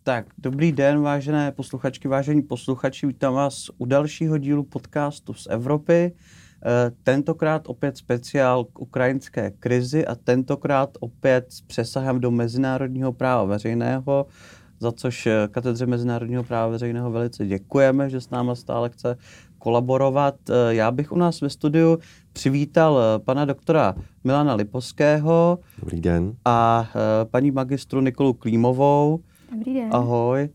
Tak, dobrý den, vážené posluchačky, vážení posluchači, vítám vás u dalšího dílu podcastu z Evropy. Tentokrát opět speciál k ukrajinské krizi a tentokrát opět s přesahem do mezinárodního práva veřejného, za což katedře mezinárodního práva veřejného velice děkujeme, že s náma stále chce kolaborovat. Já bych u nás ve studiu přivítal pana doktora Milana Lipovského. Dobrý den. A paní magistru Nikolu Klímovou. Dobrý den. Ahoj.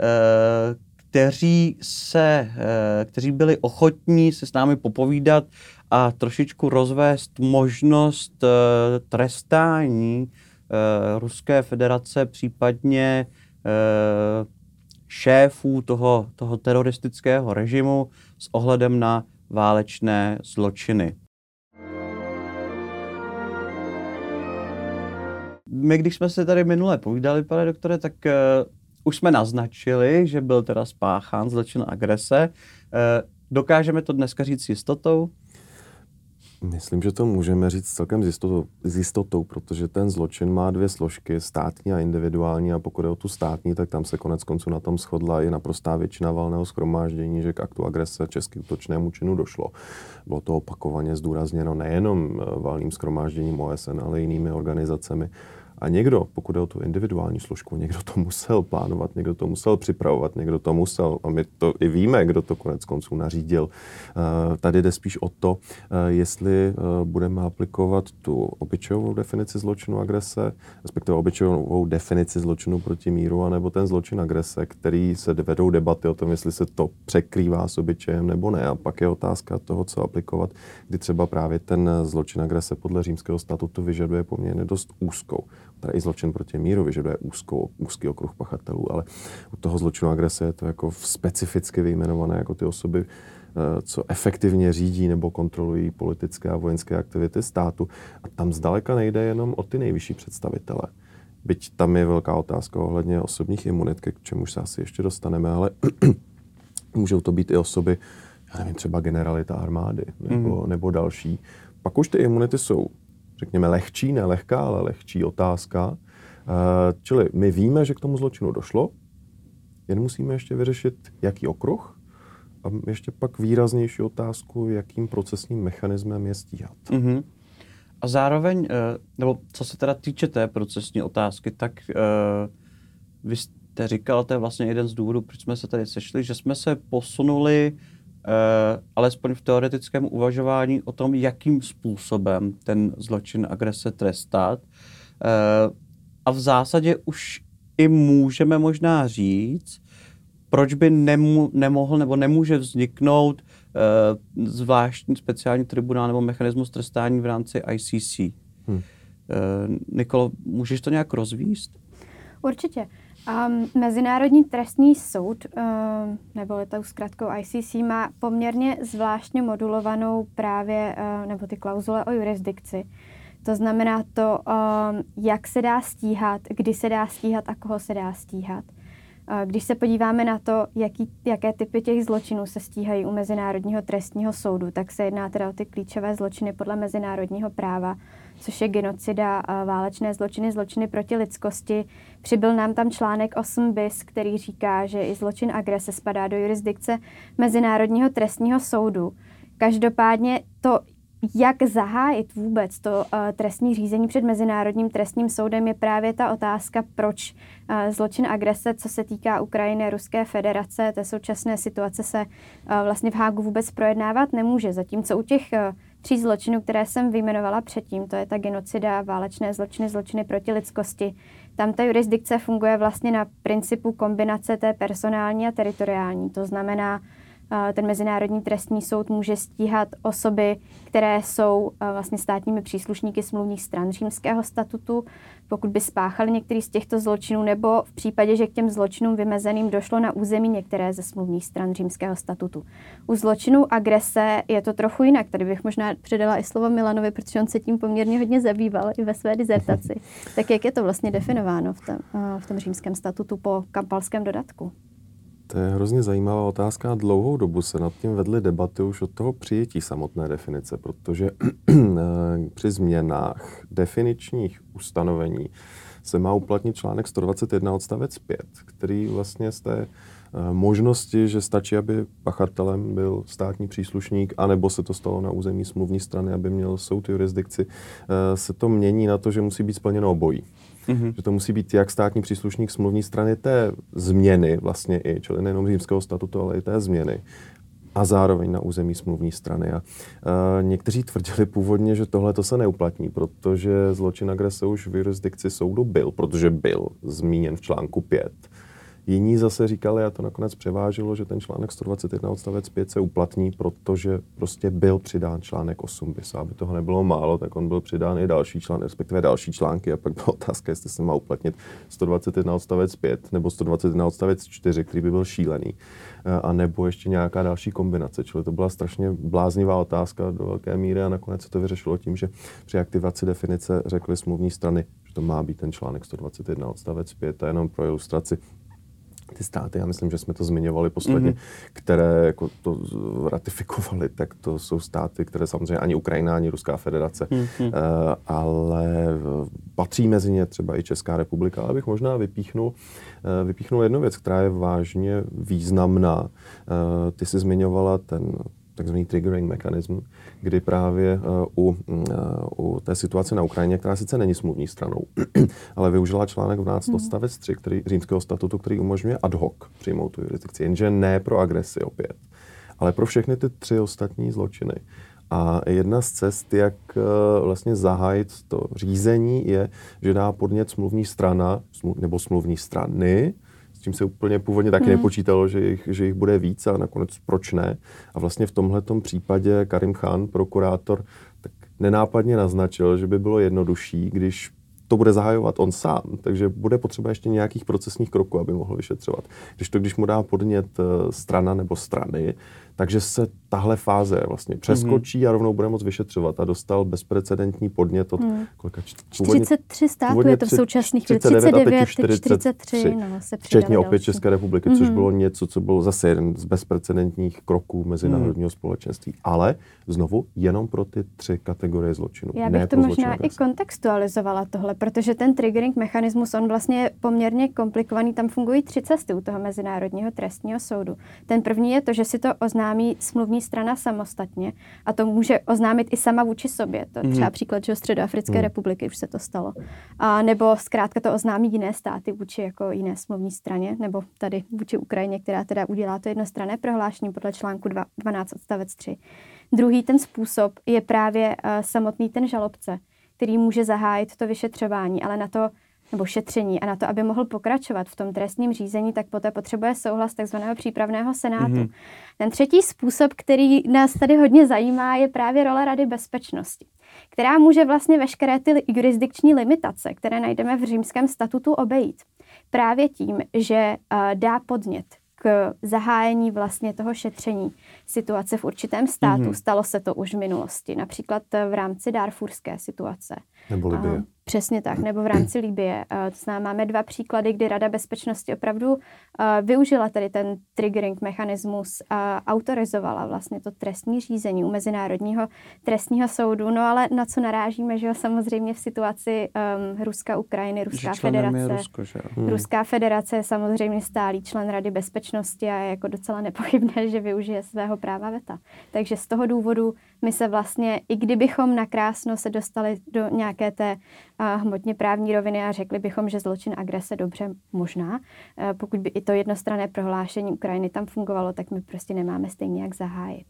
Kteří byli ochotní se s námi popovídat a trošičku rozvést možnost trestání Ruské federace, případně šéfů toho teroristického režimu s ohledem na válečné zločiny. My, když jsme se tady minule povídali, pane doktore, tak už jsme naznačili, že byl teda spáchán zločin agrese. Dokážeme to dneska říct s jistotou? Myslím, že to můžeme říct celkem s jistotou, protože ten zločin má dvě složky, státní a individuální, a pokud je o tu státní, tak tam se konec konců na tom shodla i naprostá většina valného shromáždění, že k aktu agrese česky útočnému činu došlo. Bylo to opakovaně zdůrazněno nejenom valným shromážděním OSN, ale i jinými organizacemi. A někdo, pokud je o tu individuální složku, někdo to musel plánovat, někdo to musel připravovat, někdo to musel, a my to i víme, kdo to konec konců nařídil. Tady jde spíš o to, jestli budeme aplikovat tu obyčejovou definici zločinu agrese, respektive obyčejovou definici zločinu proti míru, anebo ten zločin agrese, který se vedou debaty o tom, jestli se to překrývá s obyčejem nebo ne. A pak je otázka toho, co aplikovat, kdy třeba právě ten zločin agrese podle Římského statutu vyžaduje poměrně dost úzkou. Tady i zločin proti míru vyžaduje úzký okruh pachatelů, ale u toho zločinu agrese je to jako specificky vyjmenované jako ty osoby, co efektivně řídí nebo kontrolují politické a vojenské aktivity státu. A tam zdaleka nejde jenom o ty nejvyšší představitele. Byť tam je velká otázka ohledně osobních imunit, k čemuž se asi ještě dostaneme, ale můžou to být i osoby, já nevím, třeba generalita armády nebo další. Pak už ty imunity jsou, řekněme, lehčí, ne lehká, ale lehčí otázka. Čili my víme, že k tomu zločinu došlo, jen musíme ještě vyřešit, jaký okruh, a ještě pak výraznější otázku, jakým procesním mechanismem je stíhat. Mm-hmm. A zároveň, nebo co se teda týče té procesní otázky, tak vy jste říkal, to je vlastně jeden z důvodů, proč jsme se tady sešli, že jsme se posunuli alespoň v teoretickém uvažování o tom, jakým způsobem ten zločin agrese trestat. A v zásadě už i můžeme možná říct, proč by nemohl nebo nemůže vzniknout zvláštní speciální tribunál nebo mechanismus trestání v rámci ICC. Nikolo, můžeš to nějak rozvíst? Určitě. Mezinárodní trestní soud, neboli tou zkratkou ICC, má poměrně zvláštně modulovanou právě, nebo ty klauzule o jurisdikci. To znamená to, jak se dá stíhat, kdy se dá stíhat a koho se dá stíhat. Když se podíváme na to, jaké typy těch zločinů se stíhají u Mezinárodního trestního soudu, tak se jedná teda o ty klíčové zločiny podle mezinárodního práva, což je genocida, válečné zločiny, zločiny proti lidskosti. Přibyl nám tam článek 8 bis, který říká, že i zločin agrese spadá do jurisdikce Mezinárodního trestního soudu. Každopádně to, jak zahájit vůbec to trestní řízení před Mezinárodním trestním soudem, je právě ta otázka, proč zločin agrese, co se týká Ukrajiny a Ruské federace, té současné situace se vlastně v Hágu vůbec projednávat nemůže. Zatímco u těch 3 zločinů, které jsem vyjmenovala předtím, to je ta genocida, válečné zločiny, zločiny proti lidskosti, tam ta jurisdikce funguje vlastně na principu kombinace té personální a teritoriální. To znamená, ten Mezinárodní trestní soud může stíhat osoby, které jsou vlastně státními příslušníky smluvních stran Římského statutu, pokud by spáchali některý z těchto zločinů, nebo v případě, že k těm zločinům vymezeným došlo na území některé ze smluvních stran Římského statutu. U zločinů agrese je to trochu jinak. Tady bych možná předala i slovo Milanovi, protože on se tím poměrně hodně zabýval i ve své dizertaci. Tak jak je to vlastně definováno v tom Římském statutu po Kampalském dodatku? To je hrozně zajímavá otázka a dlouhou dobu se nad tím vedly debaty už od toho přijetí samotné definice, protože při změnách definičních ustanovení se má uplatnit článek 121 odstavec 5, který vlastně z té možnosti, že stačí, aby pachatelem byl státní příslušník, anebo se to stalo na území smluvní strany, aby měl soud jurisdikci, se to mění na to, že musí být splněno obojí. Že to musí být jak státní příslušník smluvní strany té změny vlastně i, čili nejenom Římského statutu, ale i té změny. A zároveň na území smluvní strany. A někteří tvrdili původně, že tohle to se neuplatní, protože zločin agrese už v jurisdikci soudu byl, protože byl zmíněn v článku 5. Jiní zase říkali, a to nakonec převážilo, že ten článek 121 odstavec 5 se uplatní, protože prostě byl přidán článek 8 bis. Aby toho nebylo málo, tak on byl přidán i další článek, respektive další články. A pak byla otázka, jestli se má uplatnit 121 odstavec 5 nebo 121 odstavec 4, který by byl šílený. A nebo ještě nějaká další kombinace. Čili to byla strašně bláznivá otázka do velké míry a nakonec se to vyřešilo tím, že při aktivaci definice řekly smluvní strany, že to má být ten článek 121 odstavec 5 a jenom pro ilustraci. Ty státy, já myslím, že jsme to zmiňovali posledně, které jako to ratifikovaly, tak to jsou státy, které samozřejmě ani Ukrajina, ani Ruská federace, ale patří mezi ně třeba i Česká republika. Ale bych možná vypíchnul jednu věc, která je vážně významná. Ty jsi zmiňovala ten takzvaný triggering mechanism, kdy právě u té situace na Ukrajině, která sice není smluvní stranou, ale využila článek 12 odstavec 3 Římského statutu, který umožňuje ad hoc přijmout tu jurisdikci, jenže ne pro agresi opět, ale pro všechny ty 3 ostatní zločiny. A jedna z cest, jak vlastně zahájit to řízení, je, že dá podnět smluvní strana nebo smluvní strany, s čím se úplně původně taky nepočítalo, že jich bude víc a nakonec proč ne. A vlastně v tomhletom případě Karim Khan, prokurátor, tak nenápadně naznačil, že by bylo jednodušší, když to bude zahajovat on sám, takže bude potřeba ještě nějakých procesních kroků, aby mohl vyšetřovat. Když mu dá podnět strana nebo strany, takže se tahle fáze vlastně přeskočí a rovnou bude moc vyšetřovat a dostal bezprecedentní podnět od 43 států je to v současných chvíli, 39, 43, no, se včetně opět České republiky, což bylo něco, co bylo zase jeden z bezprecedentních kroků mezinárodního společenství. Ale znovu jenom pro ty 3 kategorie zločinů. Já bych to možná i kontextualizovala tohle, protože ten triggering mechanismus, on vlastně je poměrně komplikovaný, tam fungují 3 cesty u toho Mezinárodního trestního soudu. Ten první je to, že si to oznámí smluvní strana samostatně a to může oznámit i sama vůči sobě. To třeba příklad, že Středoafrické republiky už se to stalo. A nebo zkrátka to oznámí jiné státy vůči jako jiné smluvní straně, nebo tady vůči Ukrajině, která teda udělá to jednostranné prohlášení podle článku 12 odstavec 3. Druhý ten způsob je právě samotný ten žalobce, který může zahájit to vyšetřování, ale na to, nebo šetření, a na to, aby mohl pokračovat v tom trestním řízení, tak poté potřebuje souhlas takzvaného přípravného senátu. Ten třetí způsob, který nás tady hodně zajímá, je právě role Rady bezpečnosti, která může vlastně veškeré ty jurisdikční limitace, které najdeme v Římském statutu, obejít. Právě tím, že dá podnět k zahájení vlastně toho šetření situace v určitém státu. Stalo se to už v minulosti, například v rámci Darfurské situace. Nebo Libye. Přesně tak, nebo v rámci Libye. To znamená, máme 2 příklady, kdy Rada bezpečnosti opravdu využila tady ten triggering mechanismus a autorizovala vlastně to trestní řízení u Mezinárodního trestního soudu. No ale na co narážíme, že jo, samozřejmě v situaci Ruska, Ukrajiny, Ruská federace. Rusko, že? Ruská federace je samozřejmě stálý člen Rady bezpečnosti a je jako docela nepochybné, že využije svého práva veta. Takže z toho důvodu my se vlastně, i kdybychom nakrásno se dostali do nějaké té hmotně právní roviny a řekli bychom, že zločin agrese dobře možná, pokud by i to jednostranné prohlášení Ukrajiny tam fungovalo, tak my prostě nemáme stejně jak zahájit.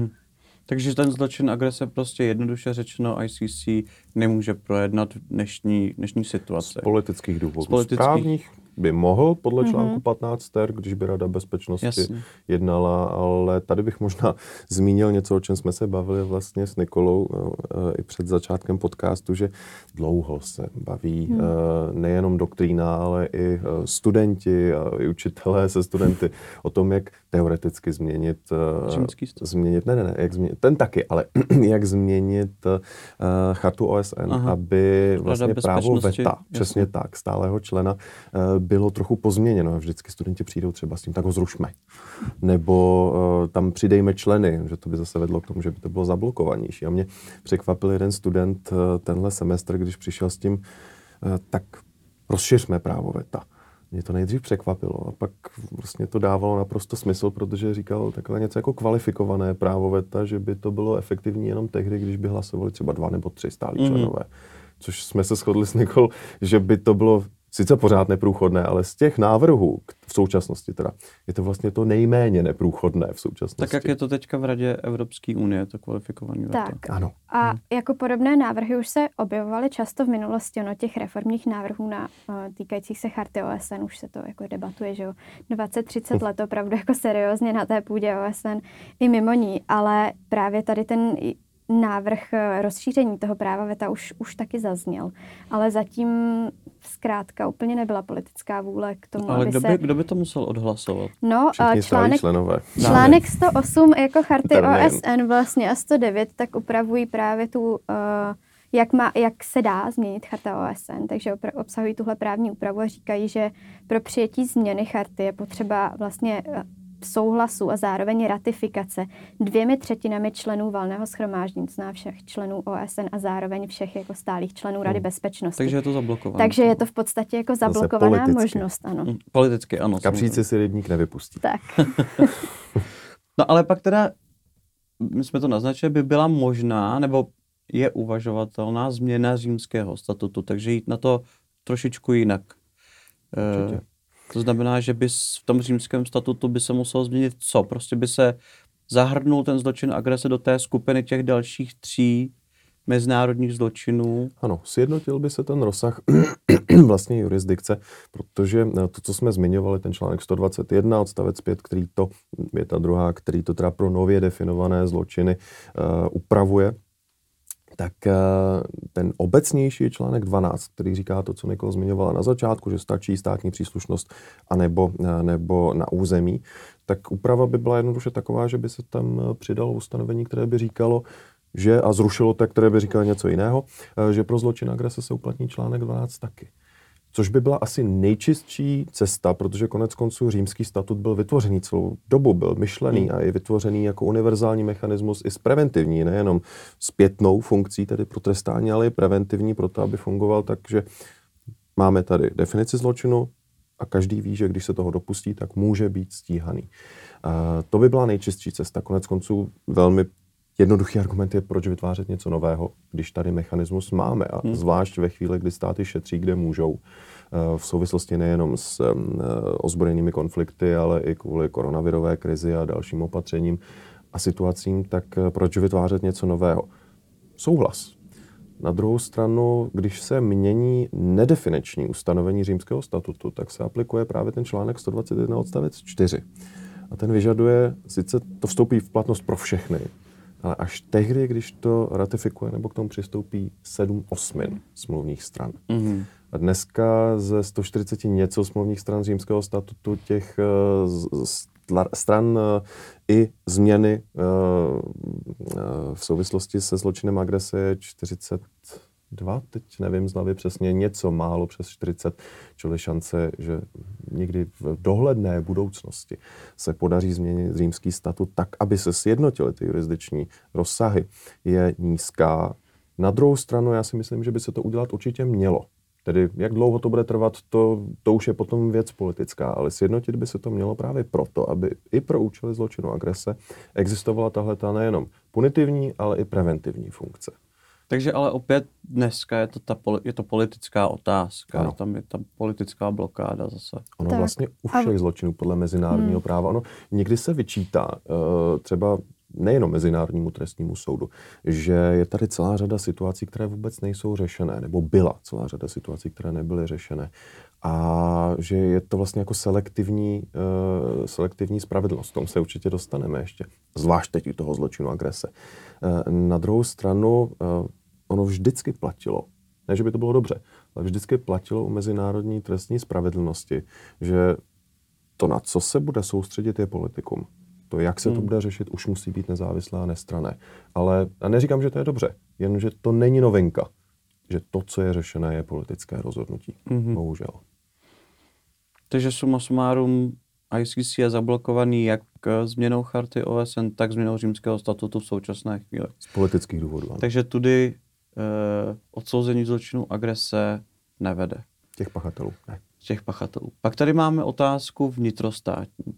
Takže ten zločin agrese prostě jednoduše řečeno ICC nemůže projednat dnešní situace. Z politických důvodů. Správních by mohl podle článku 15 když by Rada bezpečnosti jednala, ale tady bych možná zmínil něco, o čem jsme se bavili vlastně s Nikolou i před začátkem podcastu, že dlouho se baví nejenom doktrína, ale i studenti a i učitelé se studenty o tom, jak teoreticky změnit ten taky, ale jak změnit chartu OSN, aby vlastně právo veta, přesně tak, stálého člena, bylo trochu pozměněno. Vždycky studenti přijdou třeba s tím, tak ho zrušme. Nebo tam přidejme členy, že to by zase vedlo k tomu, že by to bylo zablokovanější. A mě překvapil jeden student tenhle semestr, když přišel s tím, tak rozšiřme právo veta. Mě to nejdřív překvapilo a pak vlastně to dávalo naprosto smysl, protože říkal takové něco jako kvalifikované právo veta, že by to bylo efektivní jenom tehdy, když by hlasovali třeba 2 nebo 3 stálí členové. Což jsme se shodli s Nikol, že by to bylo sice pořád neprůchodné, ale z těch návrhů v současnosti teda je to vlastně to nejméně neprůchodné v současnosti. Tak jak je to teďka v Radě Evropské unie, to kvalifikovaný veto. Tak. Ano. A jako podobné návrhy už se objevovaly často v minulosti, těch reformních návrhů týkajících se charty OSN, už se to jako debatuje, že jo, 20-30 let opravdu jako seriózně na té půdě OSN i mimo ní, ale právě tady ten návrh rozšíření toho práva veta už taky zazněl, ale zatím zkrátka úplně nebyla politická vůle k tomu, ale aby kdo by to musel odhlasovat? No, článek 108 jako charty OSN vlastně a 109 tak upravují právě tu, jak se dá změnit charta OSN, takže obsahují tuhle právní úpravu a říkají, že pro přijetí změny charty je potřeba vlastně souhlasu a zároveň ratifikace 2/3 členů valného shromáždění, to znamená všech členů OSN a zároveň všech jako stálých členů Rady bezpečnosti. Takže je to zablokované. Takže je to v podstatě jako zablokovaná možnost, ano. Politicky, ano. Kapříci si rybník nevypustí. Tak. No ale pak teda, my jsme to naznačili, by byla možná, nebo je uvažovatelná změna římského statutu, takže jít na to trošičku jinak. To znamená, že by v tom římském statutu by se muselo změnit co? Prostě by se zahrnul ten zločin agrese do té skupiny těch dalších 3 mezinárodních zločinů. Ano, sjednotil by se ten rozsah vlastně jurisdikce, protože to, co jsme zmiňovali, ten článek 121 odstavec 5, který to, věta druhá, který to teda pro nově definované zločiny upravuje, tak ten obecnější článek 12, který říká to, co Nikol zmiňovala na začátku, že stačí státní příslušnost nebo na území, tak úprava by byla jednoduše taková, že by se tam přidalo ustanovení, které by říkalo, že a zrušilo tak, které by říkalo něco jiného, že pro zločin agrese se uplatní článek 12 taky. Což by byla asi nejčistší cesta, protože konec konců římský statut byl vytvořený celou dobu, byl myšlený a je vytvořený jako univerzální mechanismus i s preventivní, nejenom zpětnou funkcí, tedy pro trestání, ale i preventivní pro to, aby fungoval tak, že máme tady definici zločinu a každý ví, že když se toho dopustí, tak může být stíhaný. To by byla nejčistší cesta. Konec konců velmi jednoduchý argument je, proč vytvářet něco nového, když tady mechanismus máme a zvlášť ve chvíli, kdy státy šetří, kde můžou, v souvislosti nejenom s ozbrojenými konflikty, ale i kvůli koronavirové krizi a dalším opatřením a situacím, tak proč vytvářet něco nového? Souhlas. Na druhou stranu, když se mění nedefiniční ustanovení římského statutu, tak se aplikuje právě ten článek 121 odstavec 4. A ten vyžaduje, sice to vstoupí v platnost pro všechny, ale až tehdy, když to ratifikuje nebo k tomu přistoupí 7/8 smluvních stran. Mm-hmm. A dneska ze 140 něco smluvních stran římského statutu těch stran i změny v souvislosti se zločinem agrese je 42, teď nevím z hlavy přesně, něco málo přes 40, čili šance, že někdy v dohledné budoucnosti se podaří změnit římský statut tak, aby se sjednotily ty jurisdikční rozsahy, je nízká. Na druhou stranu já si myslím, že by se to udělat určitě mělo. Tedy jak dlouho to bude trvat, to už je potom věc politická, ale sjednotit by se to mělo právě proto, aby i pro účely zločinu agrese existovala tahleta nejenom punitivní, ale i preventivní funkce. Takže ale opět dneska je to politická otázka, ano. Tam je ta politická blokáda zase. Ono vlastně u všech zločinů podle mezinárodního práva, ono někdy se vyčítá třeba nejenom Mezinárodnímu trestnímu soudu, že je tady celá řada situací, které vůbec nejsou řešené, nebo byla celá řada situací, které nebyly řešené. A že je to vlastně jako selektivní spravedlnost. K tomu se určitě dostaneme ještě, zvlášť teď u toho zločinu agrese. Na druhou stranu ono vždycky platilo, ne, že by to bylo dobře, ale vždycky platilo u mezinárodní trestní spravedlnosti, že to, na co se bude soustředit, je politikum. To, jak se to bude řešit, už musí být nezávislé a nestranné. Ale a neříkám, že to je dobře, jenže to není novinka, že to, co je řešené, je politické rozhodnutí. Bohužel. Takže summa summarum ICC je zablokovaný jak změnou charty OSN, tak změnou římského statutu v současné chvíli. Z politických důvodů. Ano. Takže tudy odsouzení zločinu agrese nevede. těch pachatelů, ne. Z těch pachatelů. Pak tady máme otázku vnitrostátní.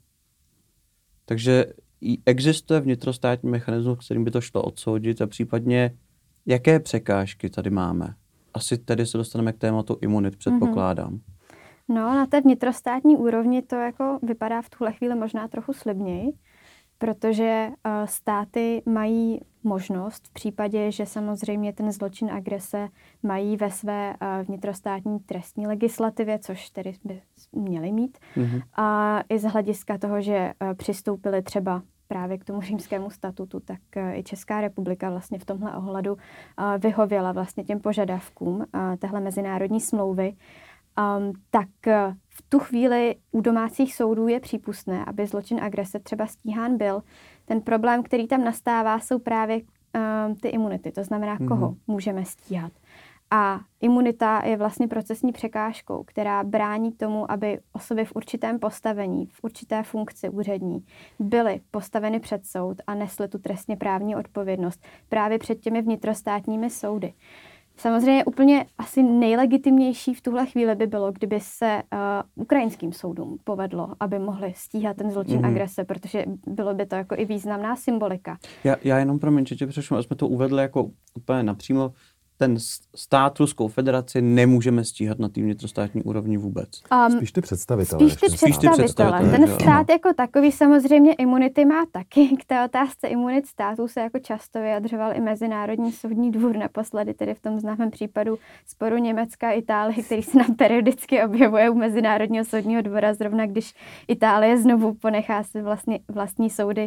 Takže existuje vnitrostátní mechanismus, kterým by to šlo odsoudit a případně jaké překážky tady máme? Asi tedy se dostaneme k tématu imunit, předpokládám. No, na té vnitrostátní úrovni to jako vypadá v tuhle chvíli možná trochu slibněji, protože státy mají možnost v případě, že samozřejmě ten zločin agrese mají ve své vnitrostátní trestní legislativě, což tedy by měli mít, a i z hlediska toho, že přistoupili třeba právě k tomu římskému statutu, tak i Česká republika vlastně v tomhle ohledu vyhověla vlastně těm požadavkům téhle mezinárodní smlouvy. Tak v tu chvíli u domácích soudů je přípustné, aby zločin agrese třeba stíhán byl. Ten problém, který tam nastává, jsou právě ty imunity, to znamená, koho můžeme stíhat. A imunita je vlastně procesní překážkou, která brání tomu, aby osoby v určitém postavení, v určité funkci úřední byly postaveny před soud a nesly tu trestně právní odpovědnost právě před těmi vnitrostátními soudy. Samozřejmě úplně asi nejlegitimnější v tuhle chvíli by bylo, kdyby se ukrajinským soudům povedlo, aby mohli stíhat ten zločin agrese, protože bylo by to jako i významná symbolika. Já jenom promiň, že tě přešlu, jsme to uvedli jako úplně napřímo. Ten stát Ruskou federaci nemůžeme stíhat na té vnitrostátní úrovni vůbec. Spíš ty představitelé. Ten stát jako takový samozřejmě imunity má taky. K té otázce imunit států se jako často vyjadřoval i Mezinárodní soudní dvůr, naposledy tedy v tom známém případu sporu Německa a Itálie, který se nám periodicky objevuje u Mezinárodního soudního dvora, zrovna když Itálie znovu ponechá si vlastní soudy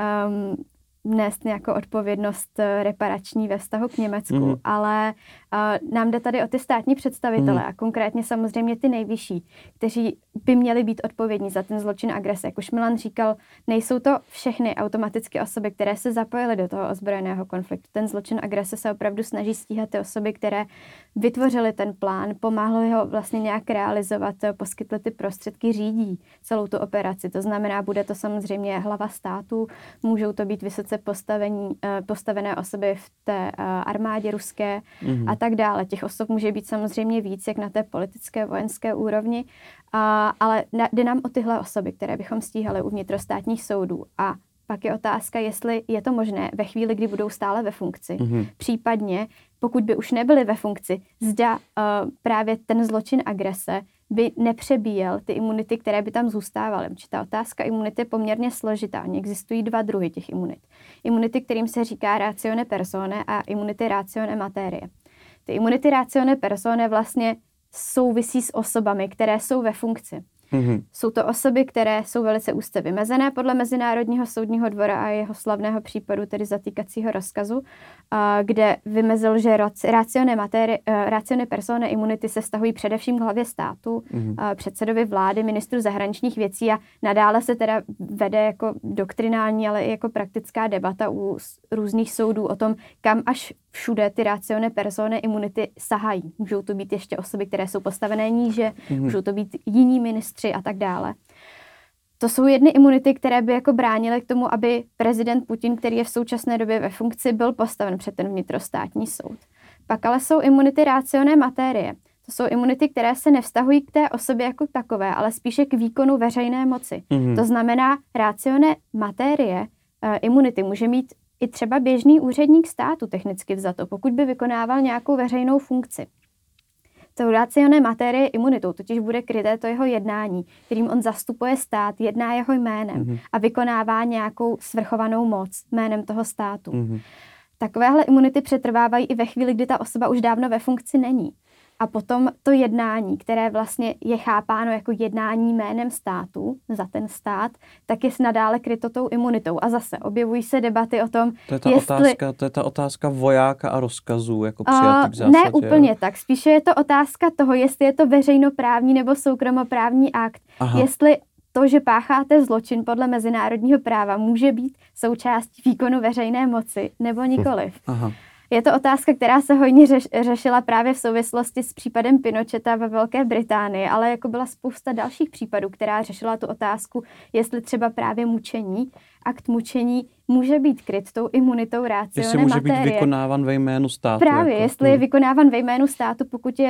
nést nějakou odpovědnost reparační ve vztahu k Německu, ale nám jde tady o ty státní představitele a konkrétně samozřejmě ty nejvyšší, kteří by měli být odpovědní za ten zločin agrese. Jak už Milan říkal, nejsou to všechny automaticky osoby, které se zapojily do toho ozbrojeného konfliktu. Ten zločin agrese se opravdu snaží stíhat ty osoby, které vytvořily ten plán, pomáhly ho vlastně nějak realizovat, poskytly ty prostředky, řídí celou tu operaci. To znamená, bude to samozřejmě hlava státu, můžou to být vysoce postavené osoby v té armádě ruské a tak dále. Těch osob může být samozřejmě víc, jak na té politické, vojenské úrovni, ale jde nám o tyhle osoby, které bychom stíhali u vnitrostátních soudů. A pak je otázka, jestli je to možné ve chvíli, kdy budou stále ve funkci. Případně, pokud by už nebyli ve funkci, zda právě ten zločin agrese by nepřebíjel ty imunity, které by tam zůstávaly. Protože ta otázka imunity je poměrně složitá. Existují dva druhy těch imunit. Imunity, kterým se říká ratione personae a imunity ratione materie. Ty imunity ratione personae vlastně souvisí s osobami, které jsou ve funkci. Jsou to osoby, které jsou velice úzce vymezené podle Mezinárodního soudního dvora a jeho slavného případu, tedy zatýkacího rozkazu, kde vymezil, že ratione personae imunity se vztahují především k hlavě státu, předsedovi vlády, ministru zahraničních věcí a nadále se teda vede jako doktrinální, ale i jako praktická debata u různých soudů o tom, kam až všude ty ratione personae imunity sahají. Můžou to být ještě osoby, které jsou postavené níže, můžou to být jiní ministři a tak dále. To jsou jedny imunity, které by jako bránily k tomu, aby prezident Putin, který je v současné době ve funkci, byl postaven před ten vnitrostátní soud. Pak ale jsou imunity ratione materie. To jsou imunity, které se nevztahují k té osobě jako takové, ale spíše k výkonu veřejné moci. To znamená, ratione materie imunity může mít i třeba běžný úředník státu technicky vzato, pokud by vykonával nějakou veřejnou funkci. Tou ratione materie imunitou totiž bude kryté to jeho jednání, kterým on zastupuje stát, jedná jeho jménem a vykonává nějakou svrchovanou moc jménem toho státu. Takovéhle imunity přetrvávají i ve chvíli, kdy ta osoba už dávno ve funkci není. A potom to jednání, které vlastně je chápáno jako jednání jménem státu za ten stát, tak je nadále kryto tou imunitou. A zase objevují se debaty o tom, to je ta otázka vojáka a rozkazů, jako přijatý v zásadě. Ne úplně tak. Spíše je to otázka toho, jestli je to veřejnoprávní nebo soukromoprávní akt. Jestli to, že pácháte zločin podle mezinárodního práva, může být součástí výkonu veřejné moci nebo nikoliv. Je to otázka, která se hojně řešila právě v souvislosti s případem Pinocheta ve Velké Británii, ale jako byla spousta dalších případů, která řešila tu otázku, jestli třeba právě mučení, akt mučení může být kryt tou imunitou ratione materie. Jestli může být vykonáván ve jménu státu. Právě, jestli je vykonáván ve jménu státu, pokud je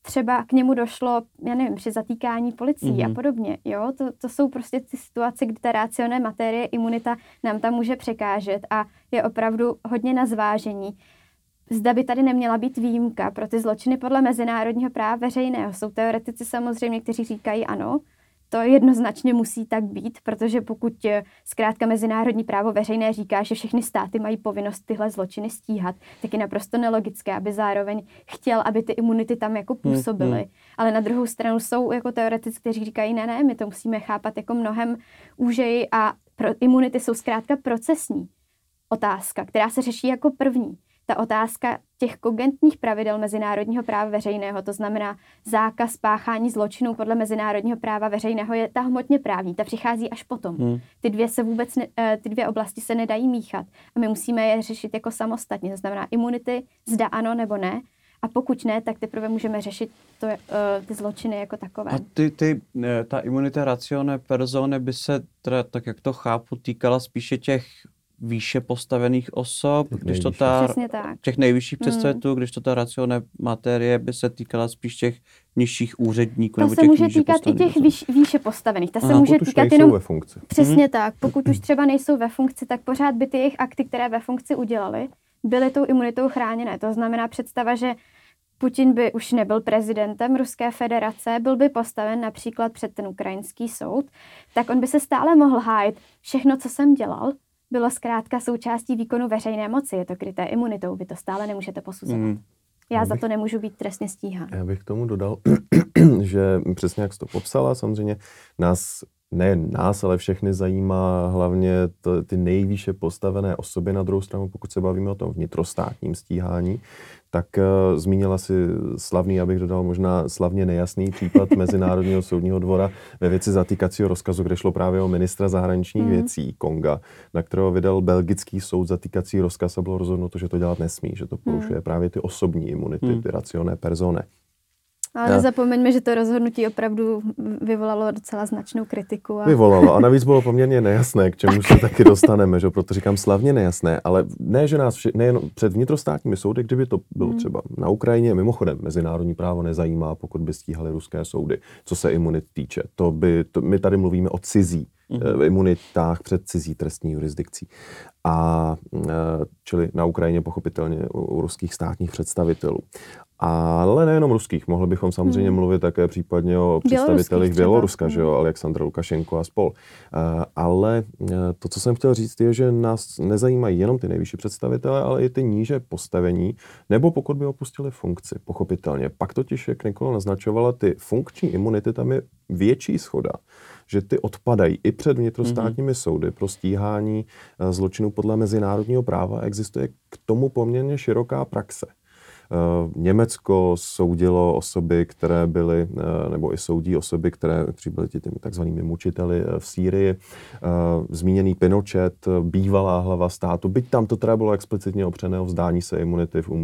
třeba k němu došlo, já nevím, při zatýkání policií a podobně. Jo? To jsou prostě ty situace, kdy ta rationé materie, imunita nám tam může překážet a je opravdu hodně na zvážení. Zda by tady neměla být výjimka pro ty zločiny podle mezinárodního práva veřejného. Jsou teoretici samozřejmě, kteří říkají ano, to jednoznačně musí tak být, protože pokud zkrátka mezinárodní právo veřejné říká, že všechny státy mají povinnost tyhle zločiny stíhat, tak je naprosto nelogické, aby zároveň chtěl, aby ty imunity tam jako působily. Ale na druhou stranu jsou jako teoretici, kteří říkají, ne, my to musíme chápat jako mnohem úžeji a imunity jsou zkrátka procesní otázka, která se řeší jako první. Ta otázka těch kogentních pravidel mezinárodního práva veřejného, to znamená zákaz páchání zločinů podle mezinárodního práva veřejného, je ta hmotně právní, ta přichází až potom. Ty dvě oblasti se nedají míchat a my musíme je řešit jako samostatně, to znamená imunity, zda ano nebo ne, a pokud ne, tak teprve můžeme řešit ty zločiny jako takové. A ta imunita ratione persone by se, teda, tak jak to chápu, týkala spíše těch výše postavených osob, když to těch nejvyšších představitelů, když to ta ratione materie by se týkala spíš těch nižších úředníků. To se může týkat i těch výše postavených. Ta se může týkat jenom ve funkci. Přesně tak. Pokud už třeba nejsou ve funkci, tak pořád by ty jejich akty, které ve funkci udělali, byly tou imunitou chráněné. To znamená představa, že Putin by už nebyl prezidentem Ruské federace, byl by postaven například před ten ukrajinský soud, tak on by se stále mohl hájit. Všechno, co jsem dělal, bylo zkrátka součástí výkonu veřejné moci. Je to kryté imunitou, vy to stále nemůžete posuzovat. Já za to nemůžu být trestně stíhán. Já bych k tomu dodal, že přesně jak jsi to popsala, samozřejmě nejen nás, ale všechny zajímá hlavně ty nejvýše postavené osoby. Na druhou stranu, pokud se bavíme o tom vnitrostátním stíhání, tak zmínila si slavný, abych dodal možná slavně nejasný případ Mezinárodního soudního dvora ve věci zatýkacího rozkazu, kde šlo právě o ministra zahraničních věcí Konga, na kterého vydal belgický soud zatýkací rozkaz a bylo rozhodnuto, že to dělat nesmí, že to porušuje právě ty osobní imunity, ty ratione persone. Ale nezapomeňme, že to rozhodnutí opravdu vyvolalo docela značnou kritiku. Vyvolalo a navíc bylo poměrně nejasné, k čemu se taky dostaneme, že? Proto říkám slavně nejasné, ale ne, že nás nejen před vnitrostátními soudy, kdyby to bylo třeba na Ukrajině, mimochodem mezinárodní právo nezajímá, pokud by stíhaly ruské soudy, co se imunit týče. My tady mluvíme o cizí imunitách před cizí trestní jurisdikcí. Čili na Ukrajině pochopitelně u ruských státních představitelů. Ale nejenom ruských, mohli bychom samozřejmě mluvit také případně o představitelích Běloruska, že jo, Alexandr Lukašenko a spol. Ale to, co jsem chtěl říct, je, že nás nezajímají jenom ty nejvyšší představitelé, ale i ty níže postavení, nebo pokud by opustili funkci, pochopitelně. Pak totiž, jak Nikola naznačovala, ty funkční imunity, tam je větší shoda, že ty odpadají i před vnitrostátními soudy pro stíhání zločinů podle mezinárodního práva. Existuje k tomu poměrně široká praxe. Německo soudilo osoby, které byly, nebo i soudí osoby, kteří byly těmi takzvanými mučiteli v Sýrii. Zmíněný Pinochet, bývalá hlava státu, byť tam to teda bylo explicitně opřené o vzdání se imunity v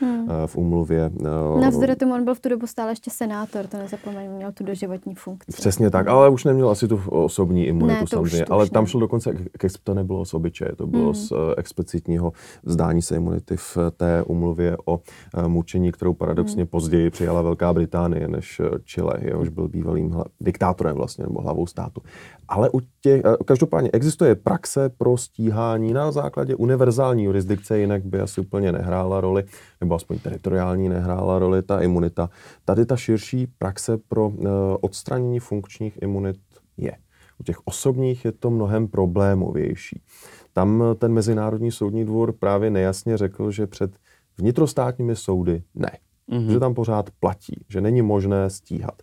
úmluvě. Navzdory tomu on byl v tu dobu stále ještě senátor, to nezapomeňme, měl tu doživotní funkci. Přesně tak, ale už neměl asi tu osobní imunitu samozřejmě, ale tam šlo dokonce, to nebylo z obyčeje, to bylo z explicitního vzdání se imunity v té úmluvě o mučení, kterou paradoxně později přijala Velká Británie než Chile, jehož byl bývalým diktátorem vlastně, nebo hlavou státu. Ale každopádně existuje praxe pro stíhání na základě univerzální jurisdikce, jinak by asi úplně nehrála roli, nebo aspoň teritoriální nehrála roli ta imunita. Tady ta širší praxe pro odstranění funkčních imunit je. U těch osobních je to mnohem problémovější. Tam ten Mezinárodní soudní dvůr právě nejasně řekl, že před vnitrostátními soudy ne. Že tam pořád platí, že není možné stíhat.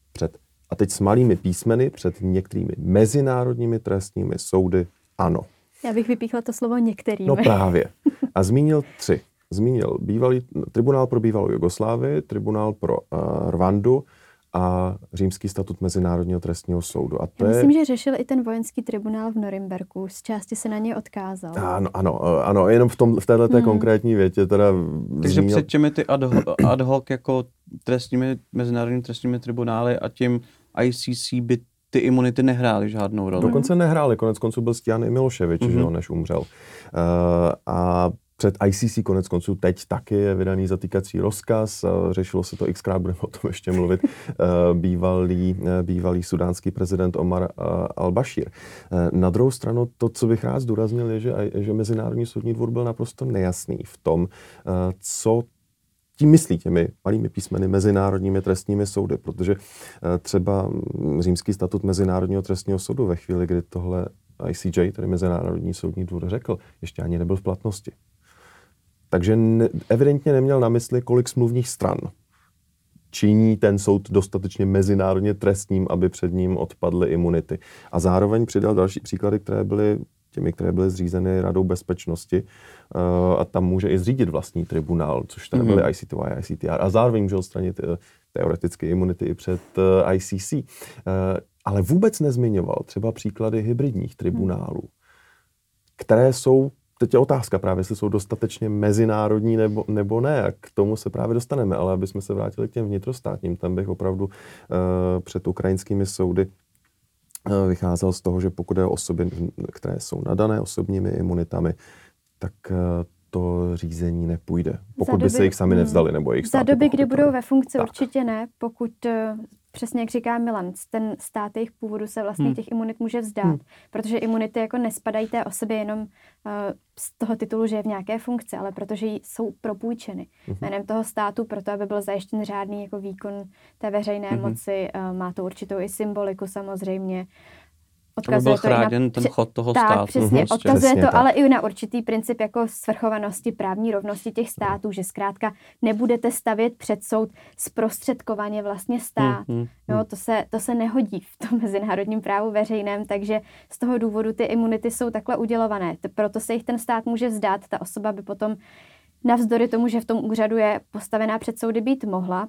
A teď s malými písmeny před některými mezinárodními trestními soudy ano. Já bych vypíchla to slovo některými. No právě. A zmínil 3. Zmínil tribunál pro bývalou Jugoslávii, tribunál pro Rwandu a Římský statut Mezinárodního trestního soudu. A to myslím, že řešil i ten vojenský tribunál v Norimberku. Z části se na něj odkázal. Ano, jenom v této konkrétní větě teda Takže před těmi ty ad hoc jako mezinárodními trestními tribunály a tím ICC by ty imunity nehrály žádnou roli. Dokonce nehrály, konec konců byl stíhán i Miloševič, že jo, než umřel. A Před ICC konec konců teď taky je vydaný zatýkací rozkaz, řešilo se to xkrát, budeme o tom ještě mluvit, bývalý sudánský prezident Omar al-Bashir. Na druhou stranu to, co bych rád zdůraznil, je, že Mezinárodní soudní dvůr byl naprosto nejasný v tom, co tím myslí těmi malými písmeny mezinárodními trestními soudy, protože třeba Římský statut Mezinárodního trestního soudu ve chvíli, kdy tohle ICJ, tedy Mezinárodní soudní dvůr, řekl, ještě ani nebyl v platnosti. Takže evidentně neměl na mysli, kolik smluvních stran činí ten soud dostatečně mezinárodně trestním, aby před ním odpadly imunity. A zároveň přidal další příklady, které byly zřízeny Radou bezpečnosti, a tam může i zřídit vlastní tribunál, což tady byly ICTY, ICTR, a zároveň může odstranit teoreticky imunity i před ICC. Ale vůbec nezmiňoval třeba příklady hybridních tribunálů, které jsou, teď je otázka právě, jestli jsou dostatečně mezinárodní nebo ne, a k tomu se právě dostaneme, ale aby jsme se vrátili k těm vnitrostátním, tam bych opravdu před ukrajinskými soudy vycházel z toho, že pokud je o osoby, které jsou nadané osobními imunitami, tak to řízení nepůjde. Pokud by se jich sami nevzdali, nebo jejich státy. Za doby, kdy budou ve funkci, tak určitě ne, pokud přesně jak říká Milan, ten stát jejich původu se vlastně těch imunit může vzdát, protože imunity jako nespadají té osobě jenom z toho titulu, že je v nějaké funkci, ale protože jsou propůjčeny jménem toho státu, proto aby byl zajištěn řádný jako výkon té veřejné moci, má to určitou i symboliku samozřejmě. Aby byl chráněn ten chod toho státu. Tak, přesně. Odkazuje to ale i na určitý princip jako svrchovanosti, právní rovnosti těch států, že zkrátka nebudete stavět před soud zprostředkovaně vlastně stát. Jo, to se nehodí v tom mezinárodním právu veřejném, takže z toho důvodu ty imunity jsou takhle udělované. Proto se jich ten stát může vzdát. Ta osoba by potom navzdory tomu, že v tom úřadu je postavená před soudy, být mohla.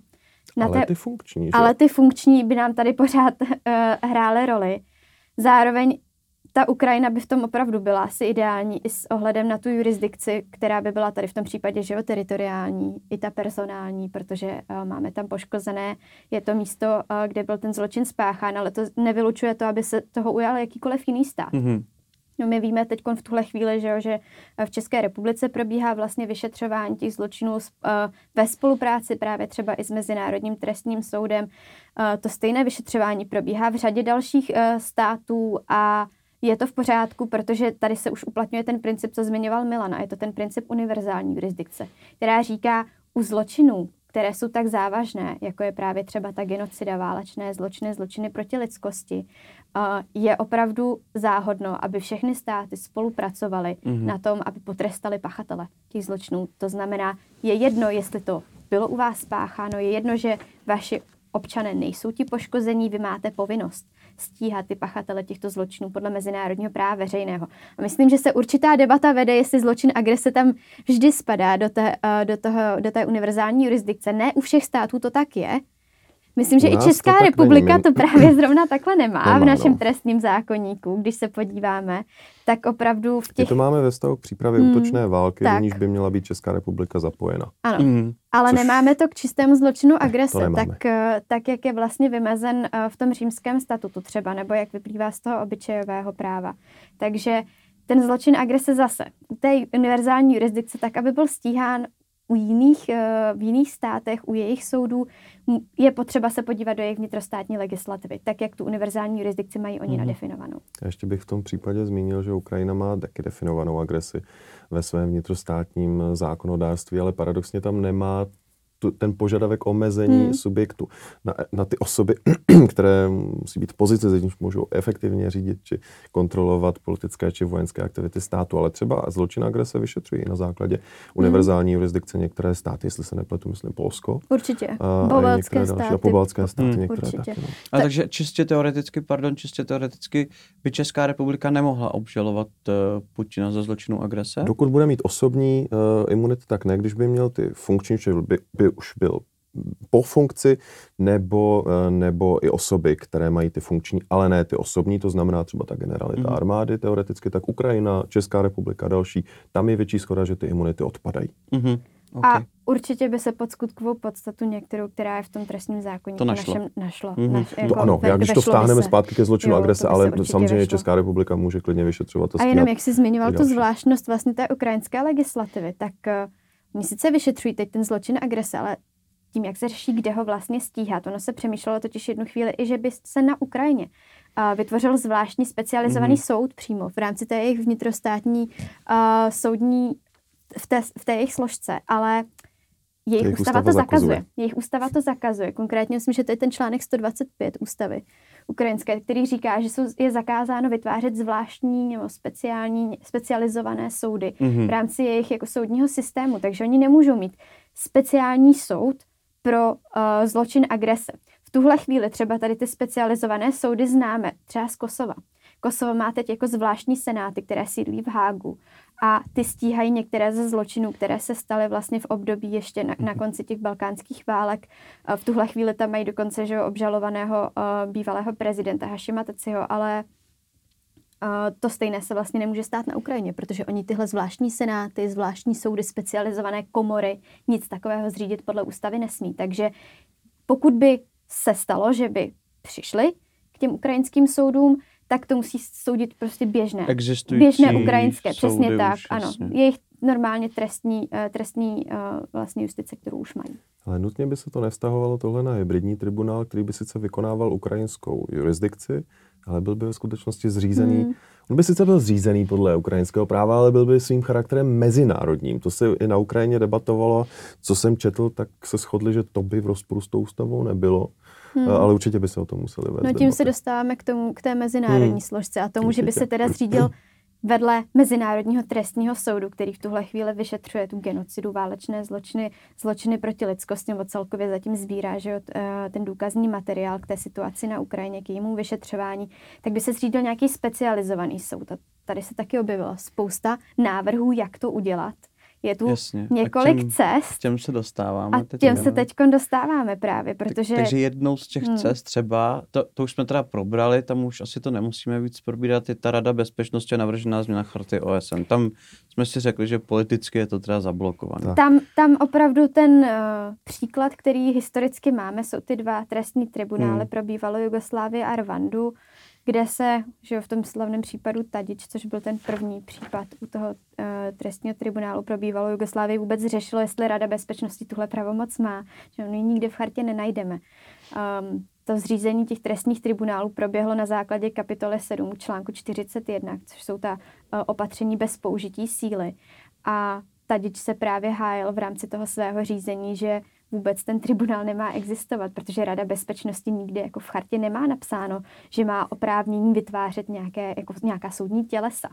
Ale ty funkční by nám tady pořád hrály roli. Zároveň ta Ukrajina by v tom opravdu byla asi ideální i s ohledem na tu jurisdikci, která by byla tady v tom případě, že jo, teritoriální, i ta personální, protože máme tam poškozené, je to místo, kde byl ten zločin spáchán, ale to nevylučuje to, aby se toho ujal jakýkoliv jiný stát. No, my víme teď v tuhle chvíli, že v České republice probíhá vlastně vyšetřování těch zločinů ve spolupráci právě třeba i s Mezinárodním trestním soudem. To stejné vyšetřování probíhá v řadě dalších států a je to v pořádku, protože tady se už uplatňuje ten princip, co zmiňoval Milan, a je to ten princip univerzální jurisdikce, která říká u zločinů, které jsou tak závažné, jako je právě třeba ta genocida, válečné zločiny proti lidskosti, je opravdu záhodno, aby všechny státy spolupracovaly na tom, aby potrestali pachatele těch zločinů. To znamená, je jedno, jestli to bylo u vás spácháno, je jedno, že vaši občané nejsou ti poškození, vy máte povinnost stíhat ty pachatele těchto zločinů podle mezinárodního práva veřejného. A myslím, že se určitá debata vede, jestli zločin agrese tam vždy spadá do té univerzální jurisdikce. Ne u všech států to tak je. Myslím, že i Česká republika to právě zrovna takhle nemá v našem trestním zákoníku, když se podíváme, tak opravdu v těch... My to máme ve vztahu k přípravě útočné války, do níž by měla být Česká republika zapojena. Ano, ale nemáme to k čistému zločinu agrese, tak jak je vlastně vymezen v tom Římském statutu třeba, nebo jak vyplývá z toho obyčejového práva. Takže ten zločin agrese zase u té univerzální jurisdikce, tak aby byl stíhán v jiných státech, u jejich soudů, je potřeba se podívat do jejich vnitrostátní legislativy, tak jak tu univerzální jurisdikci mají oni nadefinovanou. A ještě bych v tom případě zmínil, že Ukrajina má taky definovanou agresi ve svém vnitrostátním zákonodárství, ale paradoxně tam nemá ten požadavek omezení subjektu na ty osoby, které musí být v pozici, z níž můžou efektivně řídit či kontrolovat politické či vojenské aktivity státu, ale třeba zločin agrese vyšetřují na základě univerzální jurisdikce některé státy, jestli se nepletu, myslím Polsko. Určitě. Pobaltské státy některé určitě. taky. No. A takže čistě teoreticky by Česká republika nemohla obžalovat Putina za zločinu agrese? Dokud bude mít osobní imunity, tak ne, když by měl ty funkční, by už byl po funkci, nebo i osoby, které mají ty funkční, ale ne ty osobní, to znamená třeba ta generalita armády teoreticky, tak Ukrajina, Česká republika, další, tam je větší shoda, že ty imunity odpadají. Okay. A určitě by se pod skutkovou podstatu některou, která je v tom trestním zákoníku našlo. To ano, když to vstáhneme zpátky ke zločinu agrese, ale samozřejmě vešlo. Česká republika může klidně vyšetřovat. A jenom jak jsi zmiňoval tu zvláštnost vlastně té ukrajinské legislativy, tak oni sice vyšetřují teď ten zločin agrese, ale tím, jak se řeší, kde ho vlastně stíhat. Ono se přemýšlelo totiž jednu chvíli i, že by se na Ukrajině vytvořil zvláštní specializovaný soud přímo v rámci té jejich vnitrostátní soudní v té jejich složce, ale jejich ústava to zakazuje. Jejich ústava to zakazuje. Konkrétně myslím, že to je ten článek 125 ústavy ukrajinské, který říká, že je zakázáno vytvářet zvláštní nebo specializované soudy v rámci jejich jako soudního systému. Takže oni nemůžou mít speciální soud pro zločin agrese. V tuhle chvíli třeba tady ty specializované soudy známe, třeba z Kosova. Kosovo má teď jako zvláštní senáty, které sídlí v Hágu a ty stíhají některé ze zločinů, které se staly vlastně v období ještě na konci těch balkánských válek. V tuhle chvíli tam mají dokonce že obžalovaného bývalého prezidenta Hašima Taciho, ale to stejné se vlastně nemůže stát na Ukrajině, protože oni tyhle zvláštní senáty, zvláštní soudy, specializované komory, nic takového zřídit podle ústavy nesmí. Takže pokud by se stalo, že by přišli k těm ukrajinským soudům, tak to musí soudit prostě běžné ukrajinské, přesně tak, ano. Jejich normálně trestní vlastně justice, kterou už mají. Ale nutně by se to nevztahovalo tohle na hybridní tribunál, který by sice vykonával ukrajinskou jurisdikci, ale byl by v skutečnosti zřízený. On by sice byl zřízený podle ukrajinského práva, ale byl by svým charakterem mezinárodním. To se i na Ukrajině debatovalo. Co jsem četl, tak se shodli, že to by v rozporu s tou ústavou nebylo. Ale určitě by se o tom museli vést. No tím se dostáváme k té mezinárodní složce a tomu, že by se teda zřídil vedle Mezinárodního trestního soudu, který v tuhle chvíli vyšetřuje tu genocidu, válečné zločiny proti lidskosti, nebo celkově zatím sbírá že ten důkazní materiál k té situaci na Ukrajině, k jejímu vyšetřování, tak by se zřídil nějaký specializovaný soud. A tady se taky objevila spousta návrhů, jak to udělat. Je tu několik cest. K těm se dostáváme. A těm se teďkon dostáváme právě, protože... Takže jednou z těch cest třeba, to už jsme teda probrali, tam už asi to nemusíme víc probírat, je ta Rada bezpečnosti a navržená změna charty OSN. Tam jsme si řekli, že politicky je to teda zablokované. Tam opravdu ten příklad, který historicky máme, jsou ty dva trestní tribunály pro bývalou Jugoslávii a Rwandu, kde se, že v tom slavném případu Tadić, což byl ten první případ u toho trestního tribunálu pro bývalou Jugoslávii, vůbec řešilo, jestli Rada bezpečnosti tuhle pravomoc má, že my ji nikde v chartě nenajdeme. To zřízení těch trestních tribunálů proběhlo na základě kapitoly 7 článku 41, což jsou ta opatření bez použití síly. A Tadić se právě hájil v rámci toho svého řízení, že vůbec ten tribunál nemá existovat, protože Rada bezpečnosti nikdy jako v chartě nemá napsáno, že má oprávnění vytvářet nějaká soudní tělesa.